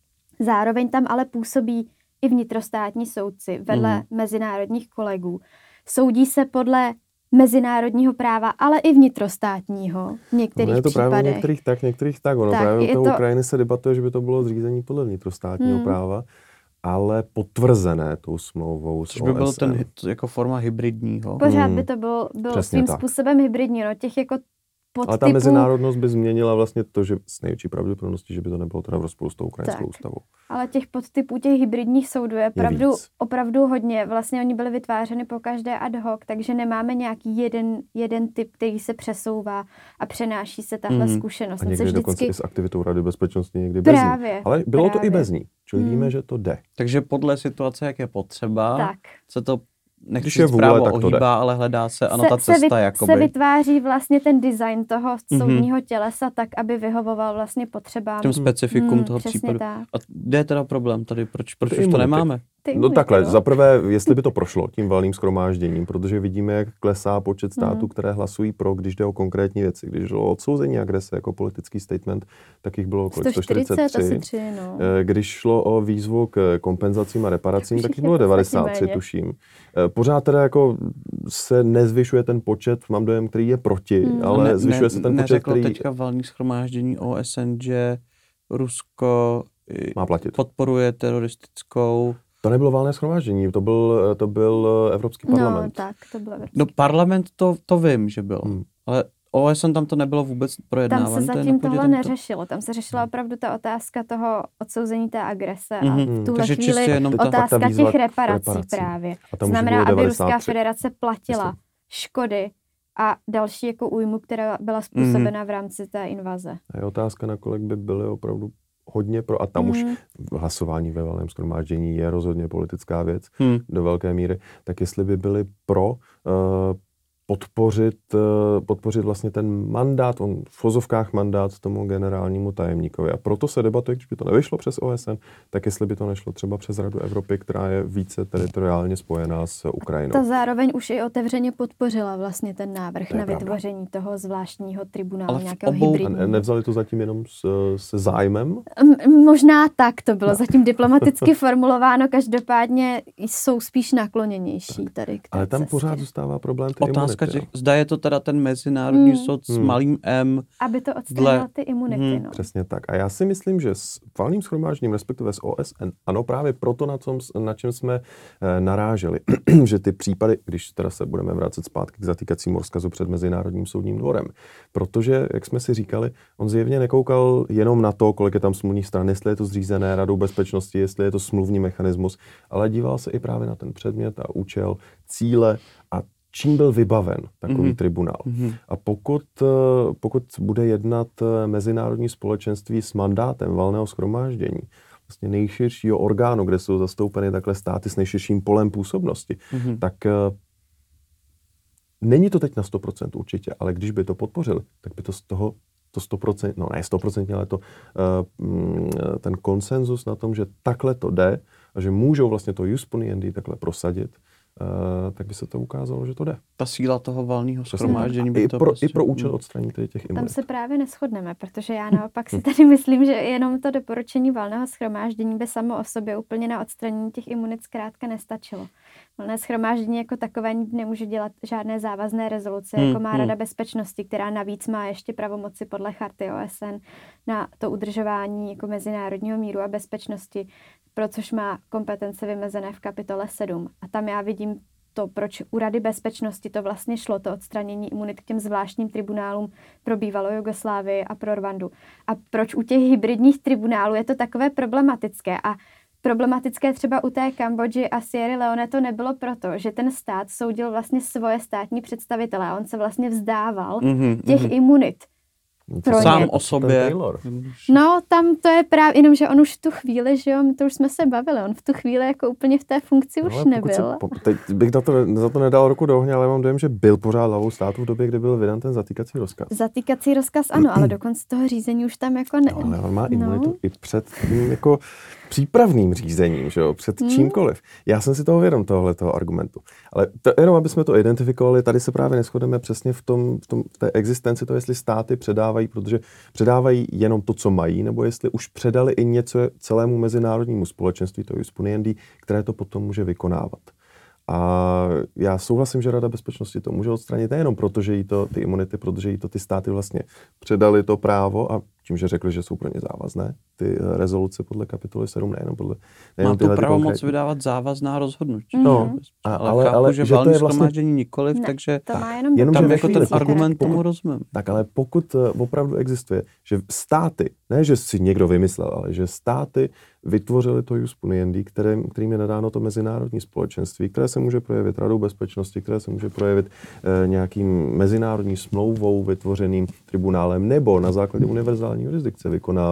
Zároveň tam ale působí i vnitrostátní soudci vedle mezinárodních kolegů. Soudí se podle mezinárodního práva, ale i vnitrostátního v některých je to případech. Právě některých tak. Ono právě u toho Ukrajiny se debatuje, že by to bylo zřízení podle vnitrostátního práva, ale potvrzené tou smlouvou s OSN. by byl ten jako forma hybridního. Pořád by to bylo svým způsobem hybridní. No, těch jako podtypů... Ale ta mezinárodnost by změnila vlastně to, že s největší pravděpodobností, že by to nebylo teda v rozporu s tou ukrajinskou ústavou. Ale těch podtypů, těch hybridních soudů je opravdu hodně. Vlastně oni byly vytvářeny po každé ad hoc, takže nemáme nějaký jeden typ, který se přesouvá a přenáší se tahle zkušenost. A někdy dokonce i s aktivitou Rady bezpečnosti, někdy bez ní. Ale bylo to i bez ní, čili víme, že to jde. Takže podle situace, jak je potřeba, se to Když je vůle, tak to jde. Ale hledá se ta cesta jakoby. Se vytváří vlastně ten design toho soudního tělesa tak, aby vyhovoval vlastně potřebám. Těm specifikům toho případu. Tak. A kde je teda problém tady? Proč už to nemáme? No takhle, zaprvé, jestli by to prošlo tím valným shromážděním, protože vidíme, jak klesá počet států, které hlasují pro, když jde o konkrétní věci. Když šlo o odsouzení agrese jako politický statement, tak jich bylo 143. Když šlo o výzvu k kompenzacím a reparacím, tak jich bylo 93, tuším. Pořád teda jako se nezvyšuje ten počet, mám dojem, který je proti, ale zvyšuje se ten počet, který... Neřeklo teďka valný shromáždění OSN, že Rusko má platit. Podporuje teroristickou... To nebylo valné shromáždění, to byl Evropský parlament. No tak, to bylo Evropský. No parlament to vím, že byl, ale OSN tam to nebylo vůbec projednávané. Tam se zatím tohle neřešilo, tam se řešila opravdu ta otázka toho odsouzení té agrese a v tuhle chvíli otázka těch reparací právě. Znamená, aby Ruská federace platila škody a další jako újmu, která byla způsobena v rámci té invaze. A je otázka, nakolik by byly opravdu hodně pro, a tam už hlasování ve valném shromáždění je rozhodně politická věc do velké míry, tak jestli by byli pro podpořit vlastně ten mandát, v vozovkách mandát tomu generálnímu tajemníkovi. A proto se debatuje, když by to nevyšlo přes OSN, tak jestli by to nešlo třeba přes Radu Evropy, která je více teritoriálně spojená s Ukrajinou. Ta zároveň už i otevřeně podpořila vlastně ten návrh na vytvoření toho zvláštního tribunálu, nějakého hybridního. A nevzali to zatím jenom se zájmem? Možná tak to bylo zatím diplomaticky formulováno, každopádně jsou spíš nakloněnější tady k té Ale tam cestě. Pořád zůstává problém ty imunity. Zda je to teda ten mezinárodní soud s malým M. Aby to odstranilo ty imunity. Přesně tak. A já si myslím, že s valným shromážděním, respektive s OSN, ano, právě proto, na čem jsme naráželi, že ty případy, když teda se budeme vracet zpátky k zatýkacímu rozkazu před Mezinárodním soudním dvorem, protože, jak jsme si říkali, on zjevně nekoukal jenom na to, kolik je tam smluvních stran, jestli je to zřízené Radou bezpečnosti, jestli je to smluvní mechanismus, ale díval se i právě na ten předmět a účel, cíle a čím byl vybaven takový tribunál. A pokud bude jednat mezinárodní společenství s mandátem valného shromáždění, vlastně nejširšího orgánu, kde jsou zastoupeny takhle státy s nejširším polem působnosti, tak není to teď na 100% určitě, ale když by to podpořili, tak by to z toho to 100%, no ne 100%, ale ten konsenzus na tom, že takhle to jde a že můžou vlastně to jus poniendi takhle prosadit, tak by se to ukázalo, že to jde. Ta síla toho valného shromáždění by to i pro účel odstranění těch imunit. Tam se právě neshodneme, protože já naopak si tady myslím, že jenom to doporučení valného shromáždění by samo o sobě úplně na odstranění těch imunit zkrátka nestačilo. Valné shromáždění jako takové nemůže dělat žádné závazné rezoluce, jako má Rada bezpečnosti, která navíc má ještě pravomoci podle charty OSN na to udržování jako mezinárodního míru a bezpečnosti, pro což má kompetence vymezené v kapitole 7. A tam já vidím to, proč u Rady bezpečnosti to vlastně šlo, to odstranění imunit k těm zvláštním tribunálům pro bývalou Jugoslávii a pro Rwandu. A proč u těch hybridních tribunálů je to takové problematické. A problematické třeba u té Kambodži a Sierra Leone to nebylo proto, že ten stát soudil vlastně svoje státní představitele a on se vlastně vzdával těch imunit. Sám o sobě. No, tam to je právě, jenomže on už v tu chvíli, že jo, to už jsme se bavili, on v tu chvíli jako úplně v té funkci už nebyl. Teď bych za to nedal ruku do ohně, ale mám dojem, že byl pořád hlavou státu v době, kdy byl vydán ten zatýkací rozkaz. Zatýkací rozkaz ano, ale do konce toho řízení už tam jako ne. No, ale on má imunitu i před tím jako přípravným řízením, že jo, před čímkoliv. Já jsem si toho vědom, tohoto argumentu. Ale jenom, aby jsme to identifikovali, tady se právě neshodneme přesně v té existenci, to jestli státy předávají, protože předávají jenom to, co mají, nebo jestli už předali i něco celému mezinárodnímu společenství, to jus puniendi, které to potom může vykonávat. A já souhlasím, že Rada bezpečnosti to může odstranit nejenom proto, že jí to ty imunity, protože jí to ty státy vlastně předali to právo a tím, že řekli, že jsou pro ně závazné, ty rezoluce podle kapitoly 7, nejenom má tu pravomoc vydávat závazná rozhodnutí. No, ale chápu, že valné shromáždění nikoliv, ne, takže jenom tam jako ten argument tomu rozumím. Tak ale pokud opravdu existuje, že státy, ne, že si někdo vymyslel, ale že státy vytvořili to jus puniendi, kterým je nadáno to mezinárodní společenství, které se může projevit Radou bezpečnosti, které se může projevit nějakým mezinárodní smlouvou vytvořeným tribunálem nebo na základě univerzální jurisdikce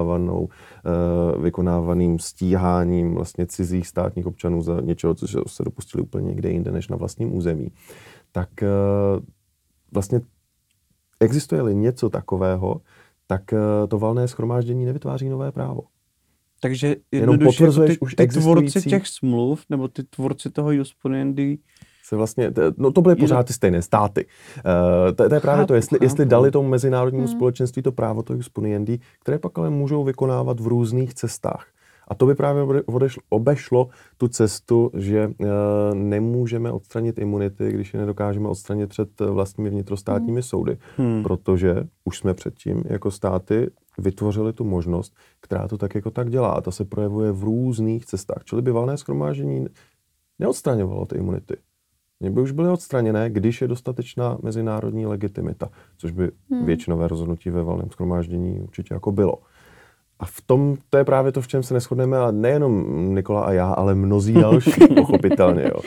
vykonávaným stíháním vlastně cizích státních občanů za něčeho, co se dopustili úplně někde jinde než na vlastním území. Tak vlastně existuje-li něco takového, tak to valné shromáždění nevytváří nové právo. Takže jednoduše ty tvůrci těch smluv, nebo ty tvůrci toho jus puniendi se vlastně, no to byly pořád ty stejné státy. To je právě to, jestli dali tomu mezinárodnímu společenství to právo, to jus puniendi, které pak ale můžou vykonávat v různých cestách. A to by právě obešlo tu cestu, že nemůžeme odstranit imunity, když je nedokážeme odstranit před vlastními vnitrostátními soudy. Protože už jsme předtím jako státy vytvořili tu možnost, která to tak jako tak dělá. A ta se projevuje v různých cestách. Čili by valné shromáždění neodstraňovalo ty imunity. By už byly odstraněné, když je dostatečná mezinárodní legitimita, což by většinové rozhodnutí ve valném shromáždění určitě jako bylo. A v tom, to je právě to, v čem se neshodneme, a nejenom Nikola a já, ale mnozí další, pochopitelně. Jo.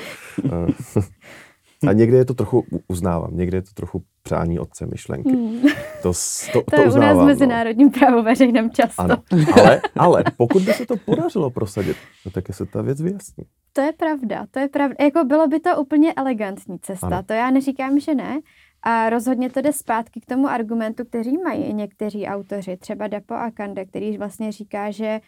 A někdy je to trochu, uznávám, někdy je to trochu přání otce myšlenky. To je uznávám, u nás v mezinárodním právu veřejném často. Ano, ale pokud by se to podařilo prosadit, no tak se ta věc vyjasní. To je pravda. Jako bylo by to úplně elegantní cesta, ano. To já neříkám, že ne. A rozhodně to jde zpátky k tomu argumentu, který mají i někteří autoři, třeba Dapo a Kande, který vlastně říká, že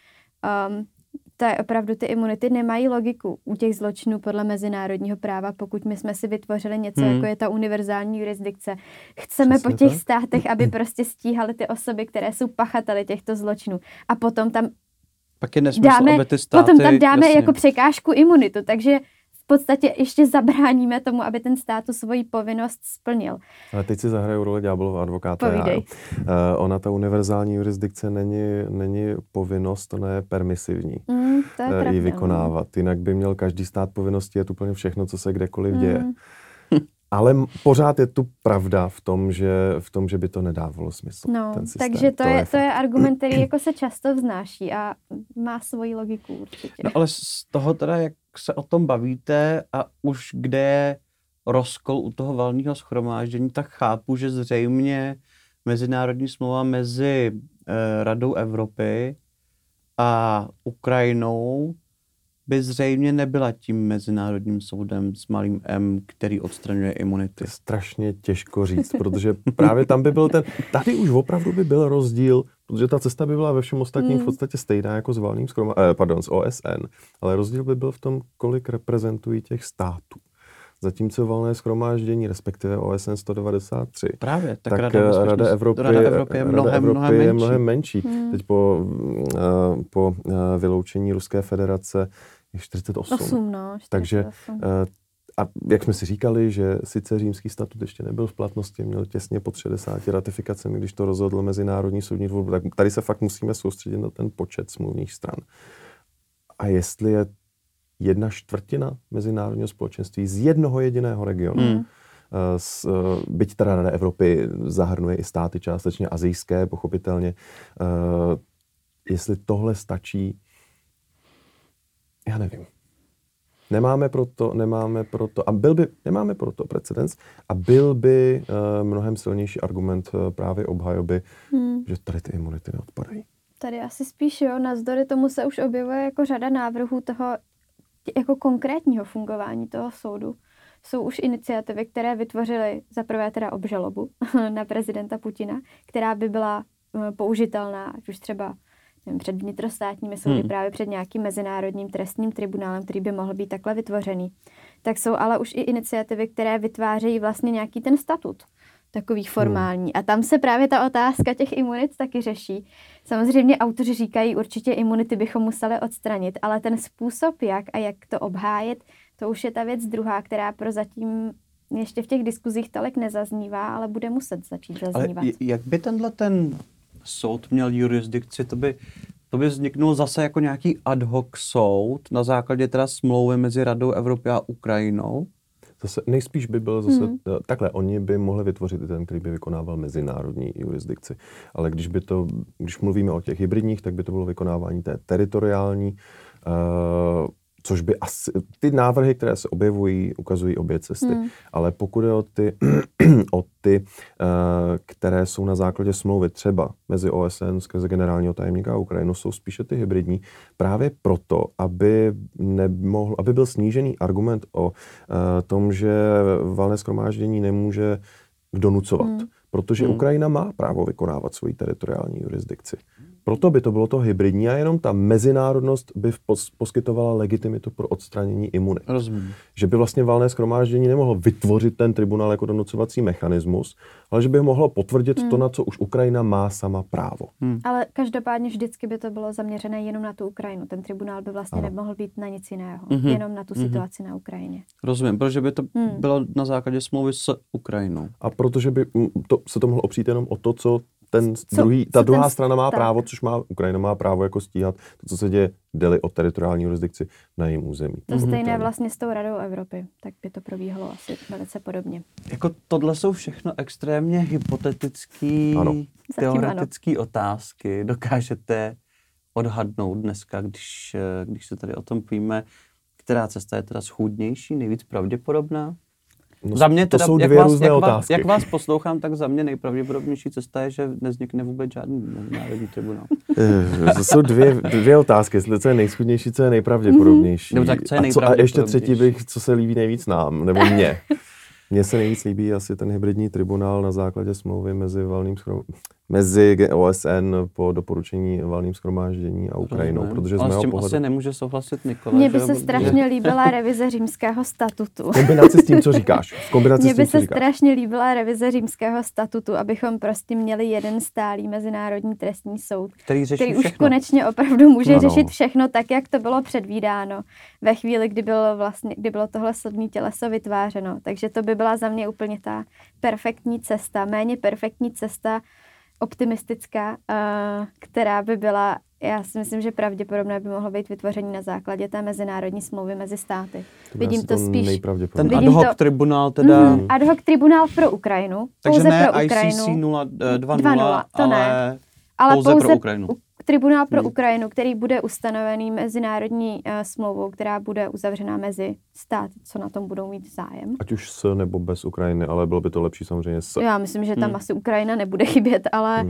opravdu ty imunity nemají logiku u těch zločinů podle mezinárodního práva, pokud my jsme si vytvořili něco, jako je ta univerzální jurisdikce. Chceme přesně po těch státech, aby prostě stíhali ty osoby, které jsou pachateli těchto zločinů. A potom tam pak je nesmysl, aby ty státy, potom tam dáme jako překážku imunitu, takže v podstatě ještě zabráníme tomu, aby ten stát tu svoji povinnost splnil. Ale teď si zahraju roli ďáblova advokáta. Ona, ta univerzální jurisdikce není povinnost, ona je permisivní. To je pravda, ji vykonávat. Jinak by měl každý stát povinnosti jet úplně všechno, co se kdekoliv děje. Ale pořád je tu pravda v tom, že by to nedávalo smysl. No, ten systém. Takže to je argument, který jako se často vznáší a má svoji logiku určitě. No ale z toho teda, jak se o tom bavíte a už kde je rozkol u toho valného shromáždění, tak chápu, že zřejmě mezinárodní smlouva mezi Radou Evropy a Ukrajinou by zřejmě nebyla tím mezinárodním soudem s malým M, který odstraňuje imunity. To je strašně těžko říct, protože právě tam by byl tady už opravdu by byl rozdíl, protože ta cesta by byla ve všem ostatním v podstatě stejná jako s valným s OSN, ale rozdíl by byl v tom, kolik reprezentují těch států. Zatímco valné shromáždění, respektive OSN 193, právě, tak Rada Evropy je mnohem menší. Teď po vyloučení Ruské federace je 48. 48. Takže A jak jsme si říkali, že sice římský statut ještě nebyl v platnosti, měl těsně pod 60 ratifikacemi, když to rozhodl Mezinárodní soudní dvůr, tak tady se fakt musíme soustředit na ten počet smluvních stran. A jestli je 1/4 mezinárodního společenství z jednoho jediného regionu, byť teda Rada Evropy zahrnuje i státy částečně asijské, pochopitelně, jestli tohle stačí, já nevím. Nemáme proto precedens a byl by mnohem silnější argument právě obhajoby, že tady ty imunity neodpadají. Tady asi spíš, jo, navzdory tomu se už objevuje jako řada návrhů toho jako konkrétního fungování toho soudu. Jsou už iniciativy, které vytvořily za prvé teda obžalobu na prezidenta Putina, která by byla použitelná, ať už třeba před vnitrostátními soudy, právě před nějakým mezinárodním trestním tribunálem, který by mohl být takhle vytvořený. Tak jsou ale už i iniciativy, které vytvářejí vlastně nějaký ten statut, takový formální. A tam se právě ta otázka těch imunit taky řeší. Samozřejmě autoři říkají, určitě imunity bychom museli odstranit, ale ten způsob jak a jak to obhájit, to už je ta věc druhá, která prozatím ještě v těch diskuzích tolik nezaznívá, ale bude muset začít zaznívat. Ale jak by ten soud měl jurisdikci, to by vzniknul zase jako nějaký ad hoc soud na základě teda smlouvy mezi Radou Evropy a Ukrajinou? Zase nejspíš by byl zase takhle, oni by mohli vytvořit i ten, který by vykonával mezinárodní jurisdikci. Ale když mluvíme o těch hybridních, tak by to bylo vykonávání té teritoriální, což by asi, ty návrhy, které se objevují, ukazují obě cesty. Ale pokud je o ty, které jsou na základě smlouvy třeba mezi OSN skrze generálního tajemníka a Ukrajinu, jsou spíše ty hybridní, právě proto, aby byl snížený argument o tom, že valné shromáždění nemůže donucovat. Protože Ukrajina má právo vykonávat svoji teritoriální jurisdikci. Proto by to bylo to hybridní a jenom ta mezinárodnost by poskytovala legitimitu pro odstranění imunit. Rozumím. Že by vlastně valné shromáždění nemohlo vytvořit ten tribunál jako donucovací mechanismus, ale že by mohlo potvrdit to, na co už Ukrajina má sama právo. Ale každopádně vždycky by to bylo zaměřené jenom na tu Ukrajinu. Ten tribunál by vlastně nemohl být na nic jiného. Jenom na tu situaci na Ukrajině. Rozumím, protože by to bylo na základě smlouvy s Ukrajinou. A protože by se to mohlo opřít jenom o to, co ta druhá strana má právo, což Ukrajina má právo jako stíhat to, co se děje jde-li o teritoriální jurisdikci na jejím území. To stejné vlastně s tou Radou Evropy, tak by to probíhalo asi velice podobně. Jako tohle jsou všechno extrémně hypotetický, teoretický otázky. Dokážete odhadnout dneska, když se tady o tom povíme, která cesta je teda schůdnější, nejvíc pravděpodobná? No, za mě to teda, jsou dvě různé otázky. Jak vás poslouchám, tak za mě nejpravděpodobnější cesta je, že nevznikne vůbec žádný mezinárodní tribunál. To jsou dvě otázky, jestli co je nejschůdnější, co je nejpravděpodobnější. No, tak co je nejpravděpodobnější? A ještě třetí co se líbí nejvíc nám, nebo mně. Mně se nejvíc líbí asi ten hybridní tribunál na základě smlouvy mezi OSN po doporučení valným shromáždění a Ukrajinou, protože ale z mého s tím pohledu... asi nemůže souhlasit Nikola. Mně by se strašně líbila revize Římského statutu. V kombinaci s tím, co říkáš. Mně by se strašně líbila revize Římského statutu, abychom prostě měli jeden stálý mezinárodní trestní soud, který už konečně opravdu může řešit všechno tak, jak to bylo předvídáno ve chvíli, kdy bylo tohle soudní těleso vytvářeno. Takže to by byla za mě úplně ta perfektní cesta, méně perfektní cesta, optimistická, která by byla, já si myslím, že pravděpodobně by mohlo být vytvoření na základě té mezinárodní smlouvy mezi státy. Vidím to spíš. Ten ad hoc tribunál teda... Ad hoc tribunál pro Ukrajinu. Takže pouze ne pro Ukrajinu. ICC 2.0, to ne. Ale pouze pro Ukrajinu. Tribunál pro Ukrajinu, který bude ustanovený mezinárodní smlouvou, která bude uzavřená mezi státy, co na tom budou mít zájem. Ať už s nebo bez Ukrajiny, ale bylo by to lepší samozřejmě s. Já myslím, že tam asi Ukrajina nebude chybět, ale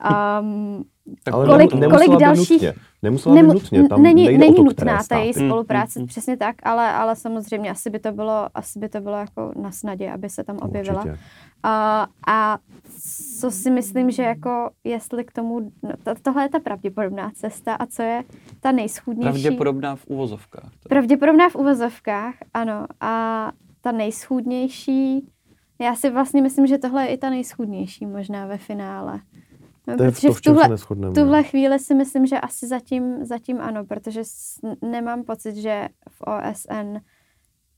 kolik dalších... Nemusela by nutně, tam není nutná ta její spolupráce, přesně tak, ale samozřejmě asi by to bylo jako na snadě, aby se tam objevila. A co si myslím, že jako jestli k tomu, tohle je ta pravděpodobná cesta a co je ta nejschůdnější. Pravděpodobná v uvozovkách. Pravděpodobná v uvozovkách, ano. A ta nejschůdnější, já si vlastně myslím, že tohle je i ta nejschůdnější možná ve finále. Protože v tuhle chvíli si myslím, že asi zatím ano, protože nemám pocit, že v OSN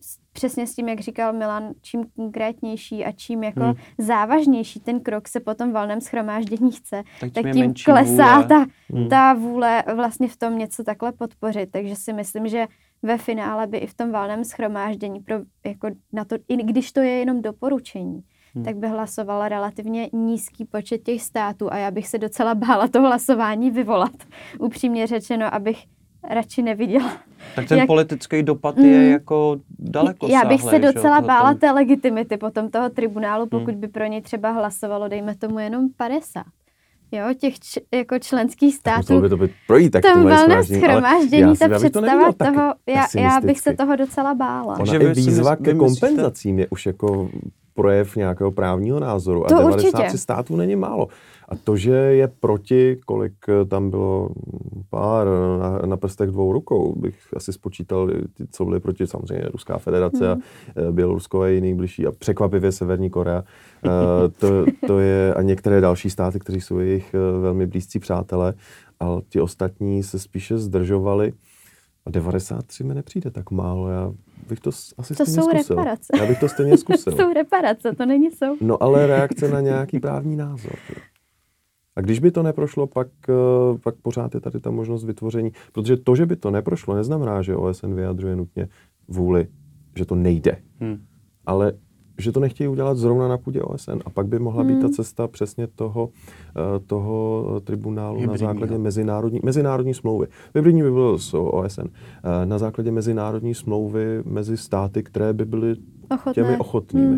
přesně s tím, jak říkal Milan, čím konkrétnější a čím jako závažnější ten krok se po tom valném shromáždění chce, tak tím klesá ta vůle vlastně v tom něco takhle podpořit. Takže si myslím, že ve finále by i v tom valném shromáždění, jako na to, i když to je jenom doporučení, tak by hlasoval relativně nízký počet těch států a já bych se docela bála to hlasování vyvolat. Upřímně řečeno, abych radši neviděla. Tak ten politický dopad je jako daleko Já bych se docela bála té legitimity potom toho tribunálu, pokud by pro něj třeba hlasovalo, dejme tomu jenom 50. Jo, těch jako členských států. Tak by projít, tak tam valné shromáždění, ta představa toho, já bych se toho docela bála. Ona i výzva ke kompenzacím je už jako projev nějakého právního názoru. To a 93 států není málo. A to, že je proti, kolik tam bylo pár na prstech 2 rukou, bych asi spočítal, co byly proti, samozřejmě Ruská federace a Bělorusko a jiný bližší a překvapivě Severní Korea. To je a některé další státy, kteří jsou jejich velmi blízcí přátelé, ale ti ostatní se spíše zdržovali. A 93 mi nepřijde tak málo, já bych to asi stejně zkusil. To jsou reparace. Já bych to stejně zkusil. To jsou reparace, to není soud. No ale reakce na nějaký právní názor. A když by to neprošlo, pak pořád je tady ta možnost vytvoření. Protože to, že by to neprošlo, neznamená, že OSN vyjadřuje nutně vůli, že to nejde. Ale že to nechtějí udělat zrovna na půdě OSN. A pak by mohla být ta cesta přesně toho tribunálu na základě mezinárodní smlouvy. Hybridní by bylo z OSN. Na základě mezinárodní smlouvy mezi státy, které by byly těmi ochotnými.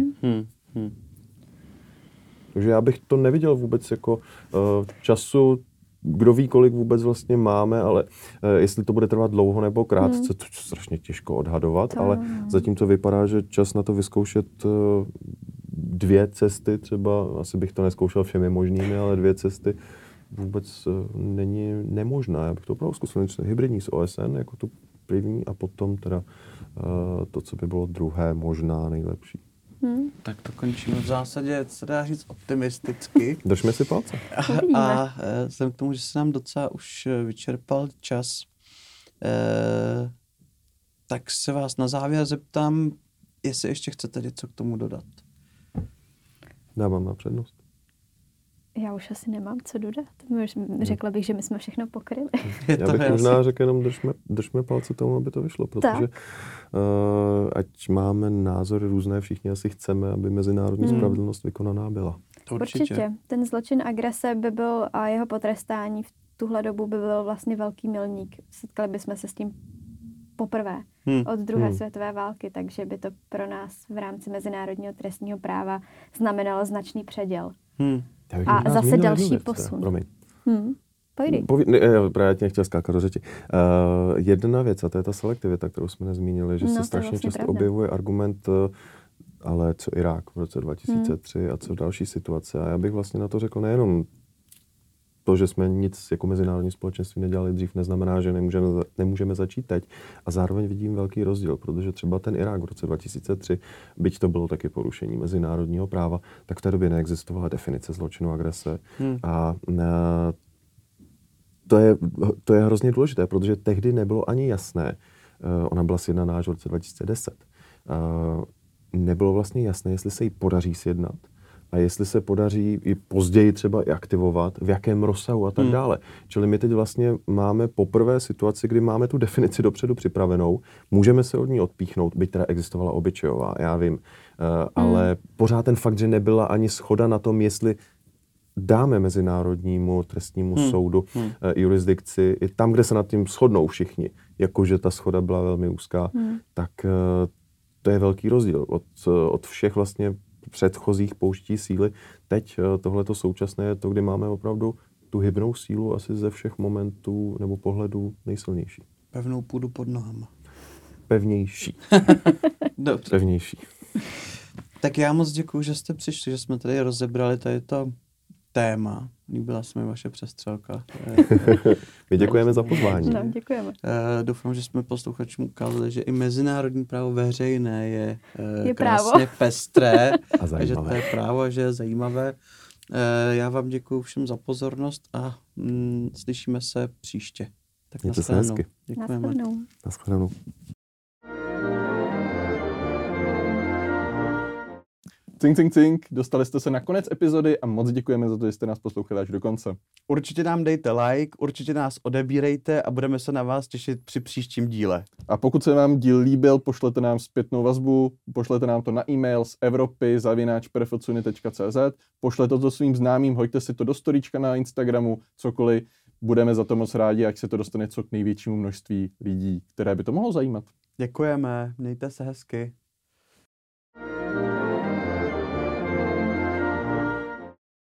Takže já bych to neviděl vůbec jako času, kdo ví, kolik vůbec vlastně máme, ale jestli to bude trvat dlouho nebo krátce, to je strašně těžko odhadovat, ale zatím to vypadá, že čas na to vyzkoušet 2 cesty, třeba, asi bych to nezkoušel všemi možnými, ale 2 cesty vůbec není nemožná. Já bych to opravdu zkusil hybridní s OSN jako tu první a potom teda to, co by bylo druhé, možná nejlepší. Tak to končíme v zásadě, co dá říct, optimisticky. Držme si palce. A vzhledem k tomu, že se nám docela už vyčerpal čas, tak se vás na závěr zeptám, jestli ještě chcete něco k tomu dodat. Dávám na přednost. Já už asi nemám co dodat. Řekla bych, že my jsme všechno pokryli. Já bych možná řekl jenom držme palce tomu, aby to vyšlo, protože ať máme názory různé, všichni asi chceme, aby mezinárodní spravedlnost vykonaná byla. Určitě. Ten zločin agrese by byl a jeho potrestání v tuhle dobu by byl vlastně velký milník. Setkali bychom se s tím poprvé od druhé světové války, takže by to pro nás v rámci mezinárodního trestního práva znamenalo značný předěl. A zase další posun. Promiň. Pojdi. Právě tě nechtěl skákat do řeči. Jedna věc, a to je ta selektivita, kterou jsme nezmínili, že se strašně vlastně často objevuje argument, ale co Irák v roce 2003 a co další situace. A já bych vlastně na to řekl nejenom to, že jsme nic jako mezinárodní společenství nedělali dřív, neznamená, že nemůžeme začít teď. A zároveň vidím velký rozdíl, protože třeba ten Irák v roce 2003, byť to bylo taky porušení mezinárodního práva, tak v té době neexistovala definice zločinu agrese. A to je hrozně důležité, protože tehdy nebylo ani jasné, ona byla sjednaná až v roce 2010, nebylo vlastně jasné, jestli se jí podaří sjednat, a jestli se podaří i později třeba i aktivovat, v jakém rozsahu a tak dále. Čili my teď vlastně máme poprvé situaci, kdy máme tu definici dopředu připravenou, můžeme se od ní odpíchnout, byť teda existovala obyčejová, já vím, ale pořád ten fakt, že nebyla ani shoda na tom, jestli dáme Mezinárodnímu trestnímu soudu jurisdikci, i tam, kde se nad tím shodnou všichni, jakože ta shoda byla velmi úzká, tak to je velký rozdíl od všech vlastně předchozích použití síly. Teď tohleto současné je to, kdy máme opravdu tu hybnou sílu asi ze všech momentů nebo pohledů nejsilnější. Pevnou půdu pod nohama. Pevnější. Dobře. Pevnější. Tak já moc děkuju, že jste přišli, že jsme tady rozebrali tady to téma. Líbila se mi vaše přestřelka. My děkujeme za pozvání. No, děkujeme. Doufám, že jsme posluchačům ukázali, že i mezinárodní právo veřejné je krásně pestré. A zajímavé. Že to je právo a že je zajímavé. Já vám děkuju všem za pozornost a slyšíme se příště. Tak mějte se hezky. Děkujeme. Naschledanou. Naschledanou. Cink, cink, cink, dostali jste se na konec epizody a moc děkujeme za to, že jste nás poslouchali až do konce. Určitě nám dejte like, určitě nás odebírejte a budeme se na vás těšit při příštím díle. A pokud se vám díl líbil, pošlete nám zpětnou vazbu, pošlete nám to na e-mail z evropy@perfecciony.cz, pošlete to svým známým, hoďte si to do storíčka na Instagramu, cokoliv. Budeme za to moc rádi, jak se to dostane co k největšímu množství lidí, které by to mohlo zajímat. Děkujeme, mějte se hezky.